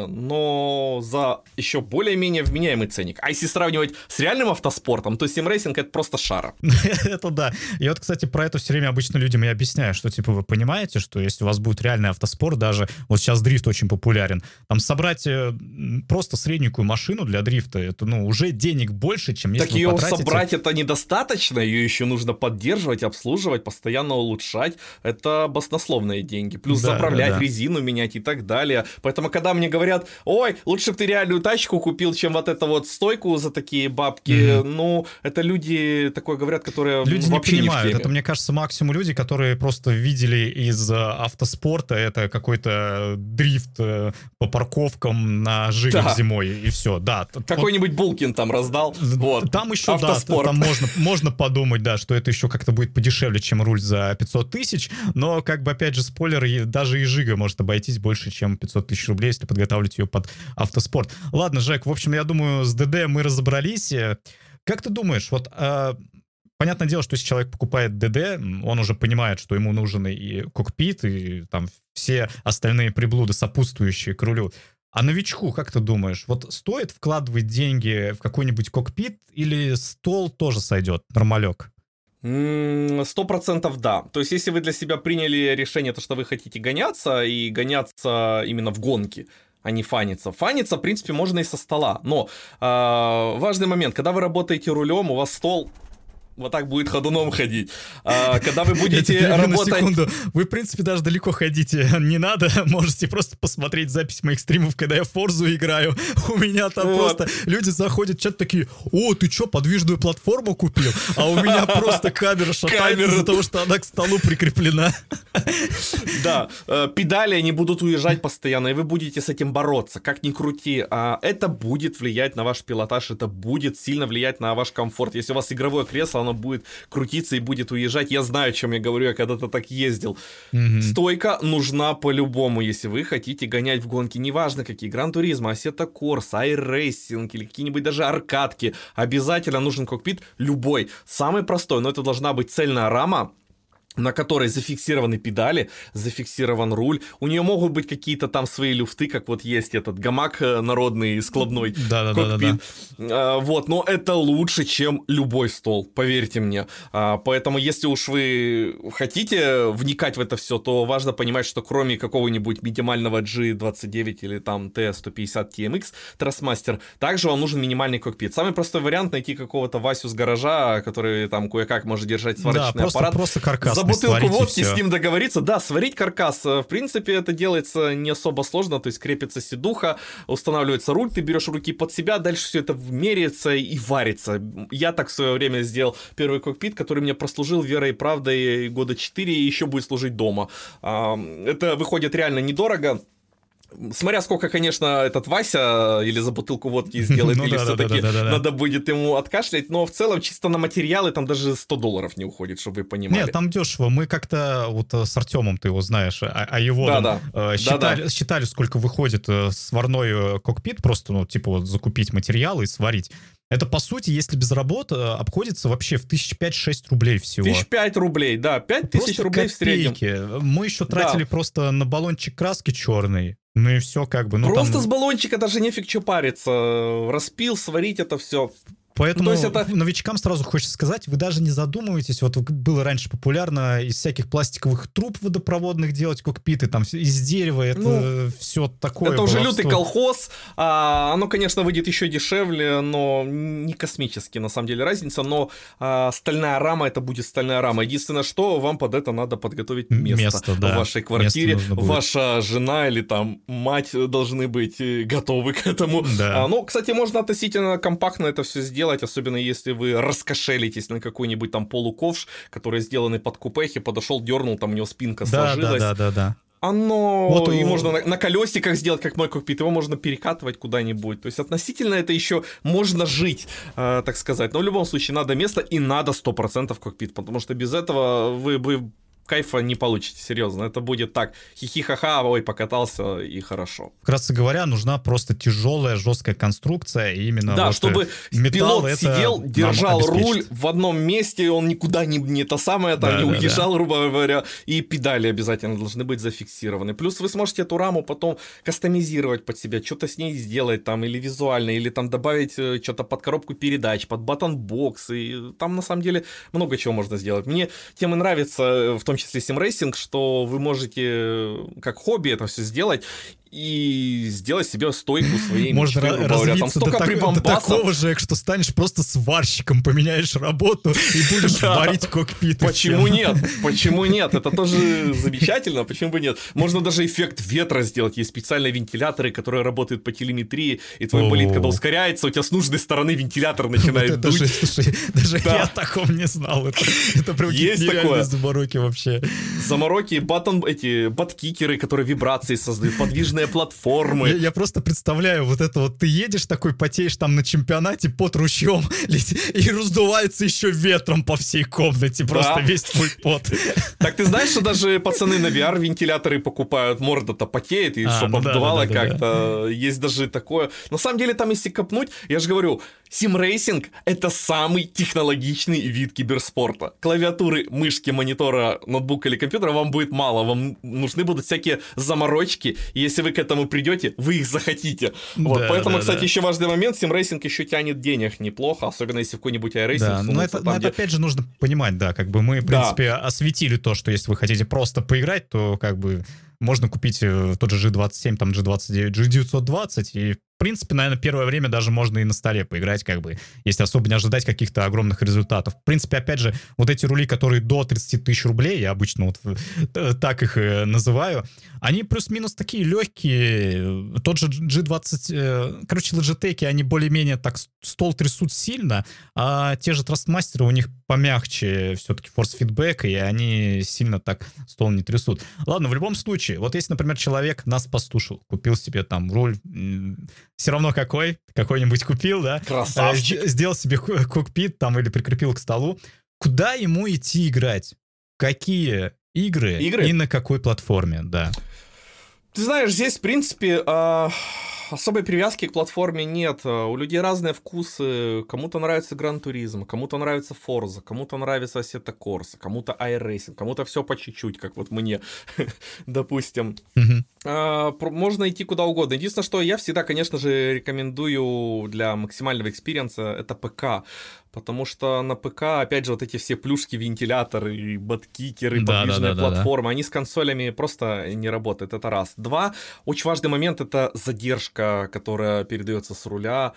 но за еще более-менее вменяемый ценник. А если сравнивать с реальным автоспортом, то симрейсинг — это просто шара. Это да. И вот, кстати, про это все время обычно людям я объясняю, что, типа, вы понимаете, что если у вас будет реальный автоспорт, даже вот сейчас дрифт очень популярен, там собрать просто средненькую машину для дрифта, это, ну, уже денег больше, чем если так вы ее потратите... собрать это недостаточно, ее еще нужно поддерживать, обслуживать, постоянно улучшать. Это баснословные деньги. Плюс да, заправлять, да, да. резину менять и так далее. Поэтому, когда мне говорят, ой, лучше бы ты реальную тачку купил, чем вот эту вот стойку за такие бабки, mm-hmm. ну, это люди такое говорят, которые люди вообще не понимают. Не в теме. Это, мне кажется, максимум люди, которые просто видели из автоспорта это какой-то дрифт по парковкам на жигах да. зимой, и все. Да. Какой-нибудь Булкин там раздал. Вот. Там еще, автоспорт. да, там можно, можно подумать, да, что это еще как-то будет подешевле, чем руль за пятьсот тысяч, но, как бы, опять же, спойлер, даже и Жига может обойтись больше, чем пятьсот тысяч рублей, если подготавливать ее под автоспорт. Ладно, Жек, в общем, я думаю, с ДД мы разобрались. Как ты думаешь, вот... Э, понятное дело, что если человек покупает ДД, он уже понимает, что ему нужен и кокпит, и там все остальные приблуды, сопутствующие к рулю. А новичку, как ты думаешь, вот стоит вкладывать деньги в какой-нибудь кокпит или стол тоже сойдет, нормалек? Сто процентов да. То есть, если вы для себя приняли решение, то, что вы хотите гоняться, и гоняться именно в гонке, а не фаниться. Фаниться, в принципе, можно и со стола. Но э, важный момент, когда вы работаете рулем, у вас стол вот так будет ходуном ходить. А, когда вы будете работать... секунду. Вы, в принципе, даже далеко ходите не надо. Можете просто посмотреть запись моих стримов, когда я Форзу играю. У меня там вот. Просто люди заходят, чат такие, о, ты что, подвижную платформу купил? А у меня просто камера шатается из-за того, что она к столу прикреплена. Да, педали, они будут уезжать постоянно, и вы будете с этим бороться, как ни крути. Это будет влиять на ваш пилотаж, это будет сильно влиять на ваш комфорт. Если у вас игровое кресло, оно будет крутиться и будет уезжать. Я знаю, о чем я говорю, я когда-то так ездил. Mm-hmm. Стойка нужна по-любому, если вы хотите гонять в гонки. Неважно, какие. Гран-туризмо, Assetto Corsa, iRacing или какие-нибудь даже аркадки. Обязательно нужен кокпит любой. Самый простой, но это должна быть цельная рама, на которой зафиксированы педали, зафиксирован руль. У нее могут быть какие-то там свои люфты, как вот есть этот гамак народный, складной да, да, кокпит. Да, да, да. Вот, но это лучше, чем любой стол, поверьте мне. Поэтому, если уж вы хотите вникать в это все, то важно понимать, что кроме какого-нибудь минимального джи двадцать девять или там ти сто пятьдесят ти эм икс Trustmaster, также вам нужен минимальный кокпит. Самый простой вариант — найти какого-то Васю с гаража, который там кое-как может держать сварочный да, просто, аппарат. Просто каркас. За бутылку водки с ним договориться. Да, сварить каркас. В принципе, это делается не особо сложно. То есть крепится сидуха, устанавливается руль, ты берешь руки под себя, дальше все это меряется и варится. Я так в свое время сделал первый кокпит, который мне прослужил верой и правдой года четыре и еще будет служить дома. Это выходит реально недорого. Смотря сколько, конечно, этот Вася или за бутылку водки сделает, ну, или да, все-таки да, да, да, да. надо будет ему откашлять, но в целом чисто на материалы там даже сто долларов не уходит, чтобы вы понимали. Нет, там дешево. Мы как-то вот с Артемом, ты его знаешь, а, а его да, там, да. Э, считали, да, да. считали, сколько выходит сварной кокпит, просто, ну, типа, вот закупить материалы и сварить. Это, по сути, если без работы, обходится вообще в тысяч пять-шесть рублей всего. Тысяч пять рублей, да, пять тысяч рублей копейки. в среднем. Мы еще тратили да. просто на баллончик краски черный. Ну и все как бы. Ну, просто там... с баллончика даже нефиг что париться. Распил, сварить это все. Поэтому ну, то есть это... новичкам сразу хочется сказать, вы даже не задумываетесь, вот было раньше популярно из всяких пластиковых труб водопроводных делать кокпиты, там из дерева, это ну, все такое. Это уже лютый колхоз, а, оно, конечно, выйдет еще дешевле, но не космически, на самом деле, разница, но а, стальная рама, это будет стальная рама. Единственное, что вам под это надо подготовить место, место да. в вашей квартире, ваша жена или там мать должны быть готовы к этому. Да. А, ну, кстати, можно относительно компактно это все сделать, особенно если вы раскошелитесь на какой-нибудь там полуковш, который сделанный под купехи, подошел, дернул, там у него спинка да, сложилась. Да, да, да, да. Оно вот и у... можно на, на колесиках сделать, как мой кокпит, его можно перекатывать куда-нибудь. То есть относительно это еще можно жить, э, так сказать. Но в любом случае надо место и надо сто процентов кокпит, потому что без этого вы бы кайфа не получите, серьезно. Это будет так, хихи-ха-ха, ой, покатался, и хорошо. Вкратце говоря, нужна просто тяжелая, жесткая конструкция, и именно да, вот чтобы пилот сидел, держал руль в одном месте, он никуда не, не то самое, там, да, не да, уезжал, да. грубо говоря, и педали обязательно должны быть зафиксированы. Плюс вы сможете эту раму потом кастомизировать под себя, что-то с ней сделать, там, или визуально, или там добавить что-то под коробку передач, под батон-бокс, и там, на самом деле, много чего можно сделать. Мне тем и нравится, в том числе симрейсинг, что вы можете как хобби это все сделать и сделать себе стойку своей можно мечты, грубо говоря. Там столько до, прибамбасов. До такого же, что станешь просто сварщиком, поменяешь работу и будешь варить кокпиты. Почему нет? Почему нет? Это тоже замечательно, почему бы нет? Можно даже эффект ветра сделать. Есть специальные вентиляторы, которые работают по телеметрии, и твой болид, когда ускоряется, у тебя с нужной стороны вентилятор начинает дуть. Даже я о таком не знал. Это прям нереальные замороки вообще. Замороки, батон, эти баткикеры, которые вибрации создают, подвижные платформы. Я, я просто представляю, вот это вот ты едешь такой, потеешь там на чемпионате под ручьем и раздувается еще ветром по всей комнате, просто да. весь твой пот. Так ты знаешь, что даже пацаны на ви ар вентиляторы покупают, морда-то потеет, и а, чтобы ну обдувало да, да, да, как-то. Да. Есть даже такое. На самом деле там, если копнуть, я же говорю, симрейсинг — это самый технологичный вид киберспорта. Клавиатуры, мышки, монитора, ноутбука или компьютера вам будет мало, вам нужны будут всякие заморочки, и если вы к этому придете, вы их захотите. Вот, да, поэтому, да, кстати, да. еще важный момент, симрейсинг еще тянет денег неплохо, особенно если в какой-нибудь iRacing. Да, но это, там, но где... это опять же нужно понимать, да, как бы мы, в принципе, да. осветили то, что если вы хотите просто поиграть, то как бы можно купить тот же джи двадцать семь, там джи двадцать девять, джи девятьсот двадцать, и в принципе, наверное, первое время даже можно и на столе поиграть, как бы, если особо не ожидать каких-то огромных результатов. В принципе, опять же, вот эти рули, которые до тридцать тысяч рублей, я обычно вот так их называю, они плюс-минус такие легкие. Тот же джи двадцать, короче, Logitech, они более-менее так стол трясут сильно, а те же Trustmaster, у них помягче все-таки форс-фидбэк, и они сильно так стол не трясут. Ладно, в любом случае, вот если, например, человек нас послушал, купил себе там руль, все равно какой, какой-нибудь купил, да? Красавчик. Сделал себе кокпит там или прикрепил к столу. Куда ему идти играть? Какие игры, игры? И на какой платформе, да? Ты знаешь, здесь, в принципе, э, особой привязки к платформе нет. У людей разные вкусы. Кому-то нравится Gran Turismo, кому-то нравится Forza, кому-то нравится Assetto Corsa, кому-то iRacing, кому-то все по чуть-чуть, как вот мне, допустим. Мгм. А, про- Можно идти куда угодно. Единственное, что я всегда, конечно же, рекомендую для максимального экспириенса это ПК. Потому что на ПК, опять же, вот эти все плюшки, вентиляторы, и боткикеры, Да, да, подвижная да, да, да. платформа, они с консолями просто не работают. Это раз. Два. Очень важный момент — это задержка, которая передается с руля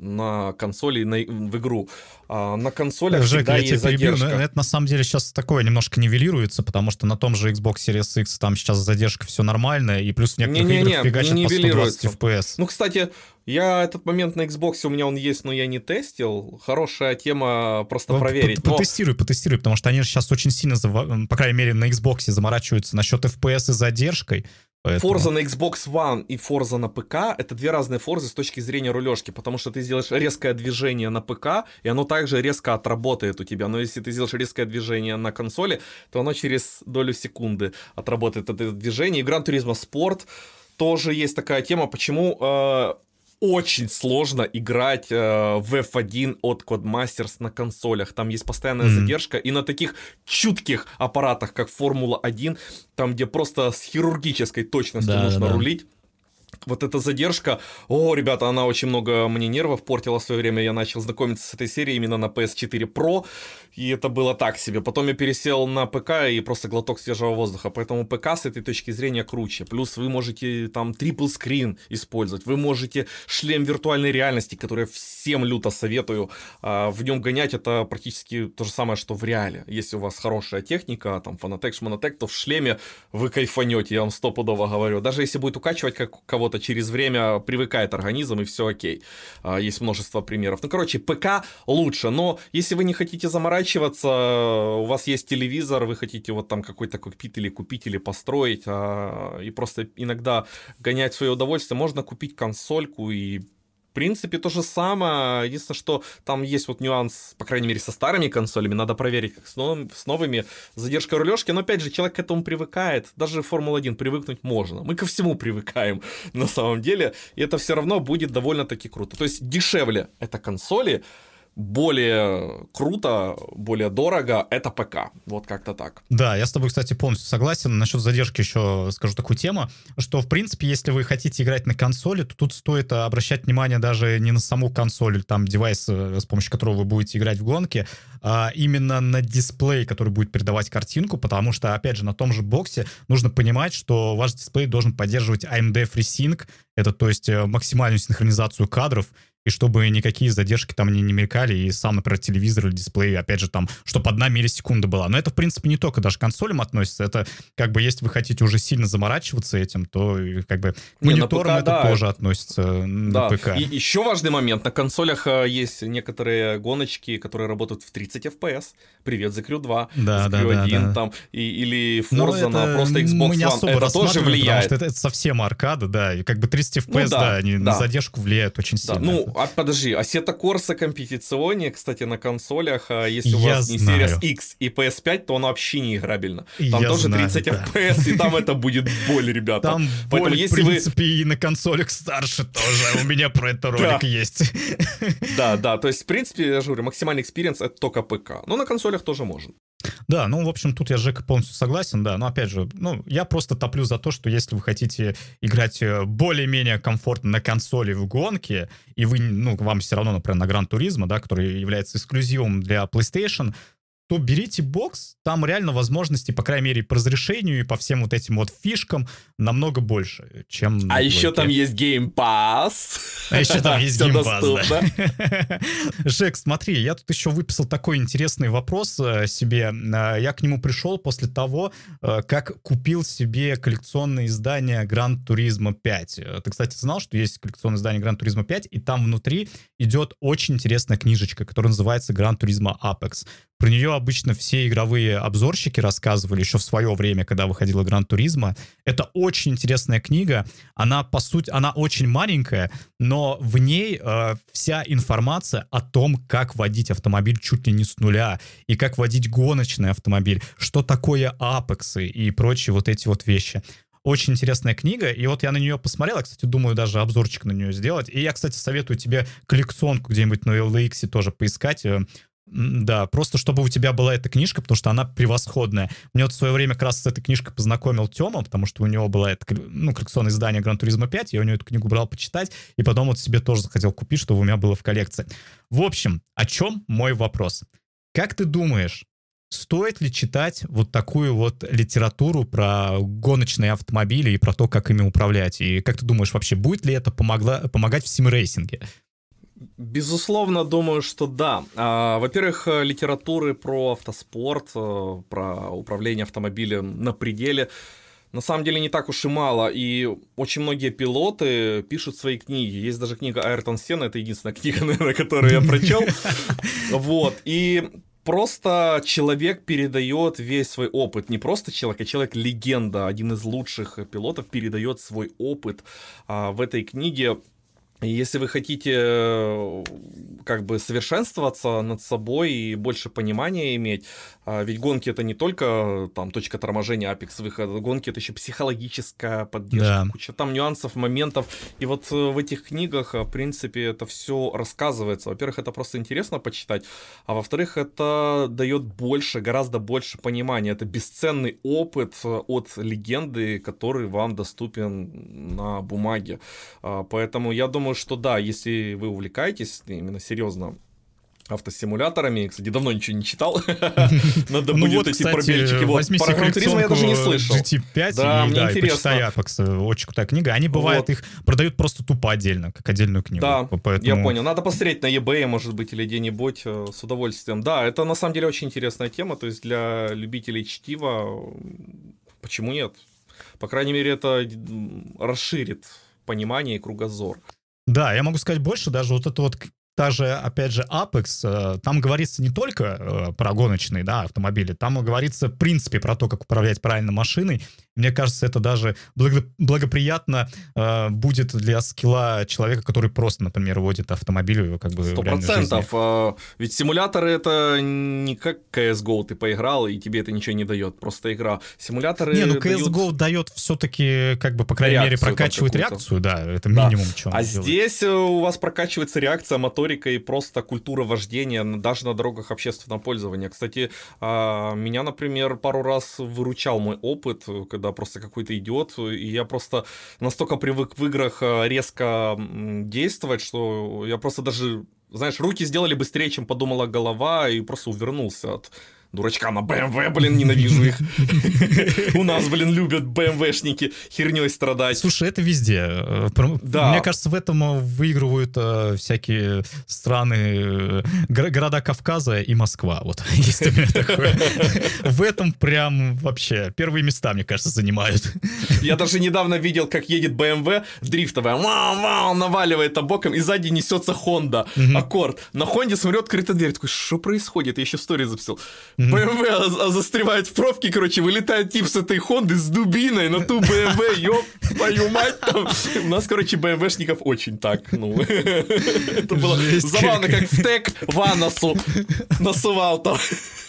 на консоли на, в игру. А на консолях Жек, всегда я тебя есть перебью, но задержка. это на самом деле сейчас такое немножко нивелируется, потому что на том же Xbox Series X там сейчас задержка все нормально, и плюс в некоторых Не-не-не, играх фигачат не по сто двадцать нивелируется. эф пи эс. Ну, кстати, я этот момент на Xbox, у меня он есть, но я не тестил. Хорошая тема просто П- проверить. п- Но Потестируй, потестируй, потому что они же сейчас очень сильно, зава- по крайней мере, на Xbox заморачиваются насчет эф пи эс и задержкой. Поэтому... Forza на Xbox One и Forza на ПК — это две разные Forza с точки зрения рулежки, потому что ты сделаешь резкое движение на ПК, и оно также резко отработает у тебя. Но если ты сделаешь резкое движение на консоли, то оно через долю секунды отработает это движение. И Gran Turismo Sport тоже есть такая тема, почему э, очень сложно играть э, в эф один от Codemasters на консолях. Там есть постоянная Мгм. задержка, и на таких чутких аппаратах, как Формула один, там, где просто с хирургической точностью Да, нужно да, да. рулить, вот эта задержка, о, ребята, она очень много мне нервов портила в свое время. Я начал знакомиться с этой серией именно на пи эс четыре Pro, и это было так себе. Потом я пересел на ПК, и просто глоток свежего воздуха. Поэтому ПК с этой точки зрения круче. Плюс вы можете там трипл скрин использовать, вы можете шлем виртуальной реальности, который я всем люто советую. А, в нем гонять — это практически то же самое, что в реале. Если у вас хорошая техника, там Fanatec, Шманатек, то в шлеме вы кайфанете, я вам стопудово говорю. Даже если будет укачивать как кого-то, через время привыкает организм, и все окей. А, есть множество примеров. Ну, короче, ПК лучше, но если вы не хотите заморачиваться, у вас есть телевизор, вы хотите вот там какой-то кокпит или купить, или построить, а, и просто иногда гонять свое удовольствие, можно купить консольку и в принципе, то же самое. Единственное, что там есть вот нюанс, по крайней мере, со старыми консолями. Надо проверить, как с, нов- с новыми. Задержка рулежки. Но, опять же, человек к этому привыкает. Даже в Формула один привыкнуть можно. Мы ко всему привыкаем, на самом деле. И это все равно будет довольно-таки круто. То есть, дешевле это консоли, более круто, более дорого это ПК. Вот как-то так. Да, я с тобой, кстати, полностью согласен. Насчет задержки еще скажу такую тему, что, в принципе, если вы хотите играть на консоли, то тут стоит обращать внимание даже не на саму консоль, или там девайс, с помощью которого вы будете играть в гонки, а именно на дисплей, который будет передавать картинку, потому что, опять же, на том же боксе нужно понимать, что ваш дисплей должен поддерживать эй эм ди FreeSync, это, то есть, максимальную синхронизацию кадров, и чтобы никакие задержки там не, не мелькали, и сам, например, телевизор или дисплей, опять же, там, чтобы одна миллисекунда была. Но это, в принципе, не только даже к консолям относится, это, как бы, если вы хотите уже сильно заморачиваться этим, то, как бы, к Не, на мониторам ПК, это да. тоже относится на Да, ПК. и еще важный момент. На консолях э, есть некоторые гоночки, которые работают в тридцать эф пи эс. Привет, The Crew два, Да, The да, Crew да, один, да. там, и, или Но Forza на это просто Xbox мы не One. особо Это тоже рассматриваем, потому влияет. что это, это совсем аркада, да, и как бы тридцать эф пи эс, Ну да, да, они на да. задержку влияют очень Да, сильно. ну, а подожди, Assetto Corsa компетиционнее, кстати, на консолях, а если у Я вас не знаю. Series X и пи эс пять, то она вообще не играбельна. Там Я тоже знаю, тридцать да. эф пи эс, и там это будет боль, ребята. Там Поэтому боль, если в вы- принципе, и на консолях старше тоже. У меня про это ролик Да. есть. Да, да, то есть, в принципе, я же говорю, максимальный экспириенс — это только ПК. Но на консолях тоже можно. Да, ну, в общем, тут я с Жекой полностью согласен, да, но, опять же, ну, я просто топлю за то, что если вы хотите играть э, более-менее комфортно на консоли в гонке, и вы, ну, вам все равно, например, на Gran Turismo, да, который является эксклюзивом для PlayStation, то берите бокс, там реально возможности, по крайней мере, по разрешению и по всем вот этим вот фишкам намного больше, чем на А еще плойке. там есть Game Pass. А еще там есть Всё Game Pass, доступно. да. Жек, смотри, я тут еще выписал такой интересный вопрос э, себе. Э, Я к нему пришел после того, э, как купил себе коллекционное издание Gran Turismo пять. Э, Ты, кстати, знал, что есть коллекционное издание Gran Turismo пять, и там внутри идет очень интересная книжечка, которая называется Gran Turismo Apex. Про нее обычно все игровые обзорщики рассказывали еще в свое время, когда выходила Gran Turismo. Это очень интересная книга. Она, по сути, она очень маленькая, но в ней э, вся информация о том, как водить автомобиль чуть ли не с нуля, и как водить гоночный автомобиль, что такое апексы и прочие вот эти вот вещи. очень интересная книга, и вот я на нее посмотрел, я, кстати, думаю даже обзорчик на нее сделать, и я, кстати, советую тебе коллекционку где-нибудь на эл икс тоже поискать. Да, просто чтобы у тебя была эта книжка, потому что она превосходная. Мне вот в свое время как раз с этой книжкой познакомил Тёма, потому что у него было это, ну, коллекционное издание Gran Turismo пять, я у него эту книгу брал почитать, и потом вот себе тоже захотел купить, чтобы у меня было в коллекции. В общем, о чем мой вопрос? Как ты думаешь, стоит ли читать вот такую вот литературу про гоночные автомобили и про то, как ими управлять? И как ты думаешь, вообще будет ли это помогла, помогать в симрейсинге? Безусловно, думаю, что да. Во-первых, литературы про автоспорт, про управление автомобилем на пределе на самом деле не так уж и мало, и очень многие пилоты пишут свои книги. Есть даже книга Айртон Сенна, это единственная книга, наверное, которую я прочел. Вот, и просто человек передает весь свой опыт. Не просто человек, а человек-легенда, один из лучших пилотов передает свой опыт в этой книге. Если вы хотите как бы совершенствоваться над собой и больше понимания иметь, ведь гонки это не только там точка торможения, апекс выхода, гонки это еще психологическая поддержка, да. Куча там нюансов, моментов, и вот в этих книгах, в принципе, это все рассказывается. Во-первых, это просто интересно почитать, а во-вторых, это дает больше, гораздо больше понимания, это бесценный опыт от легенды, который вам доступен на бумаге, поэтому я думаю, что да, если вы увлекаетесь именно серьезно автосимуляторами, кстати, давно ничего не читал, надо будет эти пробельчики. Возьми себе коллекционку я даже не слышал. джи ти пять да, и, мне да, интересно. И почитай Apex, очень крутая книга. Они, бывает, их продают просто тупо отдельно, как отдельную книгу. Да, я понял. Надо посмотреть на eBay, может быть, или где-нибудь с удовольствием. Да, это на самом деле очень интересная тема, то есть для любителей чтива, почему нет? По крайней мере, это расширит понимание и кругозор. Да, я могу сказать больше, даже вот это вот та же, опять же, Apex, там говорится не только про гоночные, да, автомобили, там говорится, в принципе, про то, как управлять правильно машиной. Мне кажется, это даже благоприятно э, будет для скилла человека, который просто, например, водит автомобиль как бы Сто процентов. Ведь симуляторы — это не как си эс го ты поиграл, и тебе это ничего не дает, просто игра. Симуляторы Не, ну си эс го дают... дает все-таки, как бы, по крайней мере, прокачивает реакцию, да, это минимум, да. Чем А здесь у вас прокачивается реакция, моторика и просто культура вождения, даже на дорогах общественного пользования. Кстати, меня, например, пару раз выручал мой опыт, когда просто какой-то идиот, и я просто настолько привык в играх резко действовать, что я просто даже, знаешь, руки сделали быстрее, чем подумала голова, и просто увернулся от дурачка на бэ эм вэ, блин, ненавижу их. У нас, блин, любят бэ эм вэ-шники херней страдать. Слушай, это везде. Да. Мне кажется, в этом выигрывают всякие страны, города Кавказа и Москва. Вот, есть у меня такое. В этом прям вообще первые места, мне кажется, занимают. Я даже недавно видел, как едет бэ эм вэ дрифтовая, вау-вау, наваливает боком, и сзади несется Honda, Accord. На Хонде смотрю, открыта дверь, такой, что происходит? Я еще в сторис записал. бэ эм вэ застревает в пробке, короче, вылетает тип с этой Хонды с дубиной на ту бэ эм вэ, ёп, твою мать там. У нас, короче, бэ эм вэ-шников очень так, ну. Это было забавно, как в ТЭК Ваносу насувал там.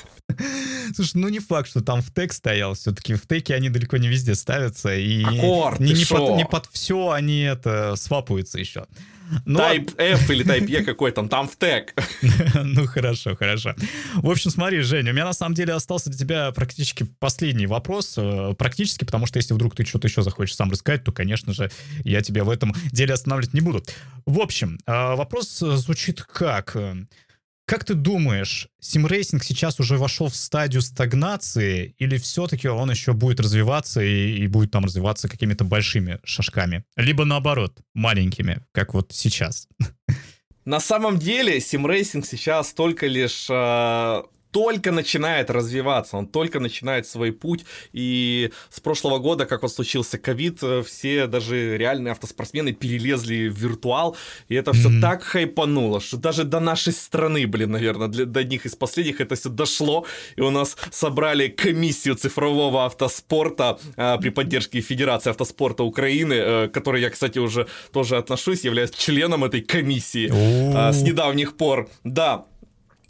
Слушай, ну не факт, что там в ТЭК стоял, все-таки в ТЭКе они далеко не везде ставятся, и Аккорд, не, не, под, не под все они это свапаются еще. Но... Type F или Type E какой там, там в ТЭК. Ну хорошо, хорошо. В общем, смотри, Женя, у меня на самом деле остался для тебя практически последний вопрос. Практически, потому что если вдруг ты что-то еще захочешь сам рассказать, то, конечно же, я тебя в этом деле останавливать не буду. В общем, вопрос звучит как... Как ты думаешь, симрейсинг сейчас уже вошел в стадию стагнации, или все-таки он еще будет развиваться и, и будет там развиваться какими-то большими шажками? Либо наоборот, маленькими, как вот сейчас? На самом деле, симрейсинг сейчас только лишь... Э... только начинает развиваться, он только начинает свой путь, и с прошлого года, как вот случился ковид, все даже реальные автоспортсмены перелезли в виртуал, и это все mm-hmm. так хайпануло, что даже до нашей страны, блин, наверное, для, до одних из последних это все дошло, и у нас собрали комиссию цифрового автоспорта а, при поддержке Федерации автоспорта Украины, а, к которой я, кстати, уже тоже отношусь, являюсь членом этой комиссии а, с недавних пор, да.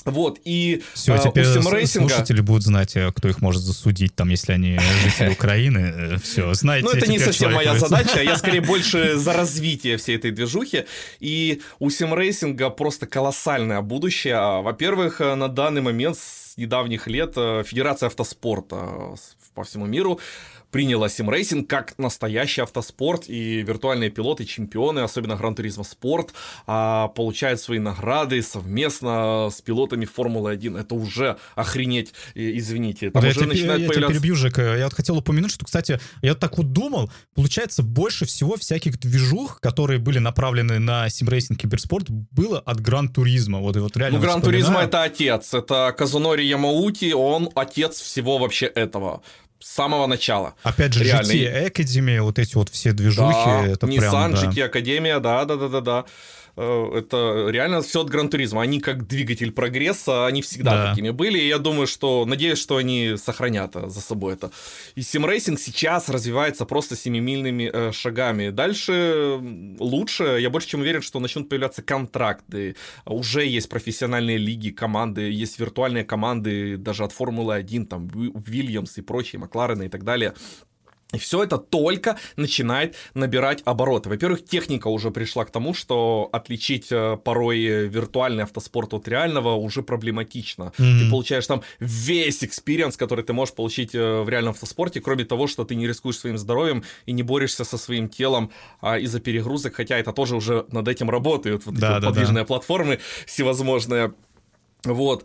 Вот, и Все, э, теперь у симрейсинга... слушатели будут знать, кто их может засудить, там, если они жители Украины. Все, знаете. Ну, это не совсем моя человек... задача, я скорее больше за развитие всей этой движухи. И у симрейсинга просто колоссальное будущее. Во-первых, на данный момент с недавних лет Федерация автоспорта по всему миру приняла симрейсинг как настоящий автоспорт, и виртуальные пилоты, чемпионы, особенно Гран-туризмо Спорт, получают свои награды совместно с пилотами Формулы один. Это уже охренеть, извините. Там да, уже я начинает я появляться... тебя перебью, Жека. Я вот хотел упомянуть, что, кстати, я так вот думал, получается, больше всего всяких движух, которые были направлены на симрейсинг киберспорт, было от Гран-туризма. Вот, и вот реально ну, Гран-туризмо вспоминаю... это отец. Это Казунори Ямаути, он отец всего вообще этого. С самого начала. Опять же, Реально. джи ти Academy, вот эти вот все движухи. Да, это Nissan, прям, да. джи ти Академия, да-да-да-да-да. Это реально все от Гран-туризма. Они как двигатель прогресса, они всегда да. такими были. И я думаю, что, надеюсь, что они сохранят за собой это. И симрейсинг сейчас развивается просто семимильными э, шагами. Дальше лучше. Я больше чем уверен, что начнут появляться контракты. Уже есть профессиональные лиги, команды, есть виртуальные команды, даже от Формулы один, там, Уильямс и прочие, Макларены и так далее. И все это только начинает набирать обороты. Во-первых, техника уже пришла к тому, что отличить порой виртуальный автоспорт от реального уже проблематично. Mm-hmm. Ты получаешь там весь экспириенс, который ты можешь получить в реальном автоспорте, кроме того, что ты не рискуешь своим здоровьем и не борешься со своим телом а, из-за перегрузок, хотя это тоже уже над этим работают. Вот да, эти да, вот подвижные да. платформы всевозможные. Вот.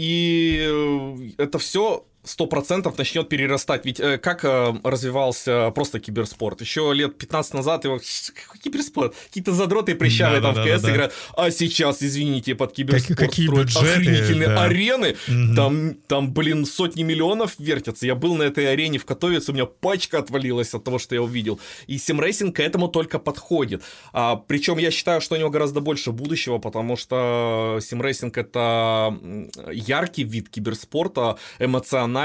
И это все... сто процентов начнет перерастать. Ведь э, как э, развивался просто киберспорт? Еще лет пятнадцать назад его... Какой киберспорт? Какие-то задроты прыщавые да, там да, в КС да, играют. Да. А сейчас, извините, под киберспорт как, строят бюджеты, охренительные да. арены. Угу. Там, там, блин, сотни миллионов вертятся. Я был на этой арене в Котовице, у меня пачка отвалилась от того, что я увидел. И симрейсинг к этому только подходит. А, причем я считаю, что у него гораздо больше будущего, потому что симрейсинг — это яркий вид киберспорта, эмоциональный,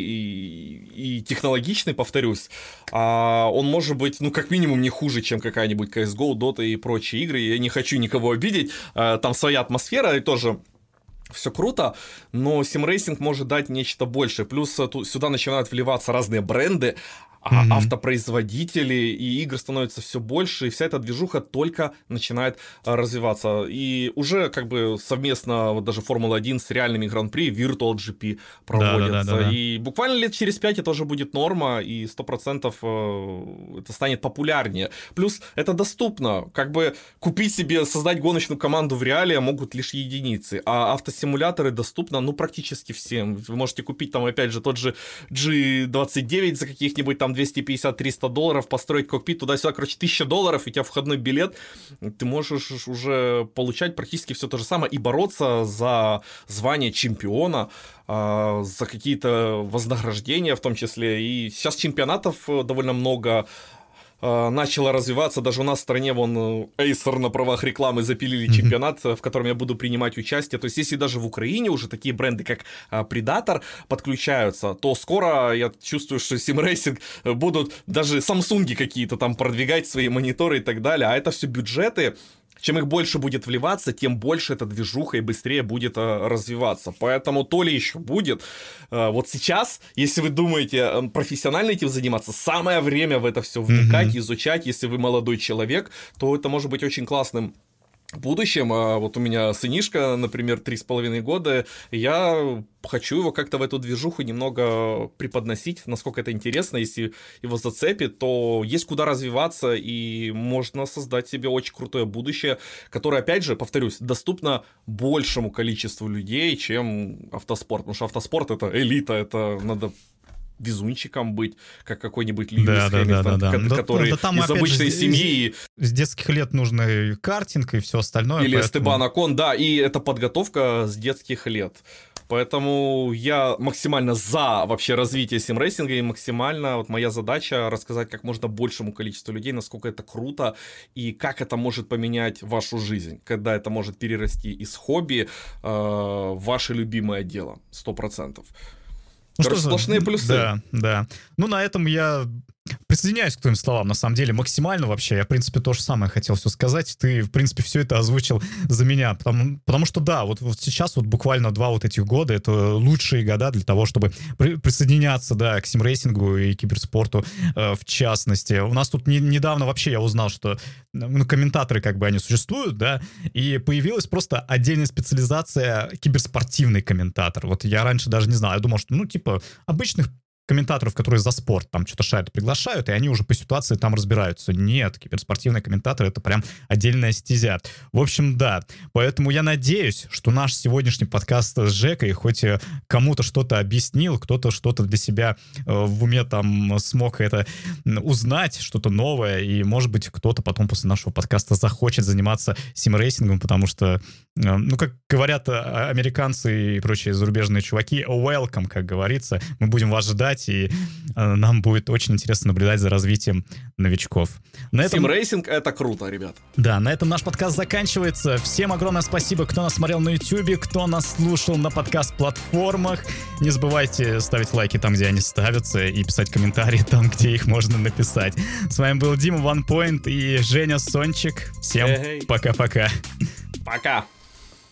И, и технологичный, повторюсь, а он может быть, ну, как минимум, не хуже, чем какая-нибудь си эс го, Dota и прочие игры. Я не хочу никого обидеть, там своя атмосфера, и тоже все круто, но симрейсинг может дать нечто большее. Плюс сюда начинают вливаться разные бренды, mm-hmm. автопроизводители, и игр становится все больше, и вся эта движуха только начинает развиваться. И уже как бы совместно вот даже Формула один с реальными гран-при, Virtual джи пи проводятся. Да, да, да, да. И буквально лет через пять это уже будет норма, и сто процентов это станет популярнее. Плюс это доступно. Как бы купить себе, создать гоночную команду в реале могут лишь единицы, а автосимуляторы доступны, ну, практически всем. Вы можете купить там, опять же, тот же джи двадцать девять за каких-нибудь там двести пятьдесят - триста долларов, построить кокпит туда-сюда, короче, тысяча долларов, и у тебя входной билет, ты можешь уже получать практически все то же самое и бороться за звание чемпиона, за какие-то вознаграждения в том числе. И сейчас чемпионатов довольно много начало развиваться. Даже у нас в стране вон Acer на правах рекламы запилили mm-hmm. чемпионат, в котором я буду принимать участие. То есть, если даже в Украине уже такие бренды, как Predator, подключаются, то скоро я чувствую, что симрейсинг будут даже Samsung какие-то там продвигать свои мониторы и так далее. А это все бюджеты. Чем их больше будет вливаться, тем больше эта движуха и быстрее будет а, развиваться. Поэтому то ли еще будет. А, вот сейчас, если вы думаете профессионально этим заниматься, самое время в это все вникать, mm-hmm. изучать. Если вы молодой человек, то это может быть очень классным в будущем. А вот у меня сынишка, например, три с половиной года, я хочу его как-то в эту движуху немного преподносить, насколько это интересно. Если его зацепит, то есть куда развиваться, и можно создать себе очень крутое будущее, которое, опять же, повторюсь, доступно большему количеству людей, чем автоспорт. Потому что автоспорт — это элита, это надо везунчиком быть, как какой-нибудь Льюис да, Хэмилтон, да, да, да, который да, да, там, из обычной же, семьи. С детских лет нужно и картинг, и все остальное. Или поэтому... Эстебан Окон, да, и это подготовка с детских лет. Поэтому я максимально за вообще развитие симрейсинга, и максимально вот моя задача рассказать как можно большему количеству людей, насколько это круто и как это может поменять вашу жизнь, когда это может перерасти из хобби э, в ваше любимое дело, сто процентов. Ну, Короче, что сплошные плюсы. Да, да. Ну, на этом я Присоединяюсь к твоим словам, на самом деле, максимально вообще. Я, в принципе, то же самое хотел все сказать. Ты, в принципе, все это озвучил за меня. Потому, потому что, да, вот, вот сейчас вот буквально два вот этих года — это лучшие года для того, чтобы при, присоединяться, да, к симрейсингу и киберспорту э, в частности. У нас тут не, недавно вообще я узнал, что ну, комментаторы, как бы, они существуют, да, и появилась просто отдельная специализация киберспортивный комментатор. Вот я раньше даже не знал. Я думал, что, ну, типа, обычных комментаторов, которые за спорт там что-то шарят, приглашают, и они уже по ситуации там разбираются. Нет, киберспортивные комментаторы — это прям отдельная стезя. В общем, да. Поэтому я надеюсь, что наш сегодняшний подкаст с Жекой хоть кому-то что-то объяснил, кто-то что-то для себя в уме там смог это узнать, что-то новое, и, может быть, кто-то потом после нашего подкаста захочет заниматься симрейсингом, потому что, ну, как говорят американцы и прочие зарубежные чуваки, welcome, как говорится. Мы будем вас ждать, и э, нам будет очень интересно наблюдать за развитием новичков. На этом... Симрейсинг — это круто, ребят. Да, на этом наш подкаст заканчивается. Всем огромное спасибо, кто нас смотрел на YouTube, кто нас слушал на подкаст-платформах. Не забывайте ставить лайки там, где они ставятся, и писать комментарии там, где их можно написать. С вами был Дима OnePoint и Женя Сончик. Всем пока-пока. Пока.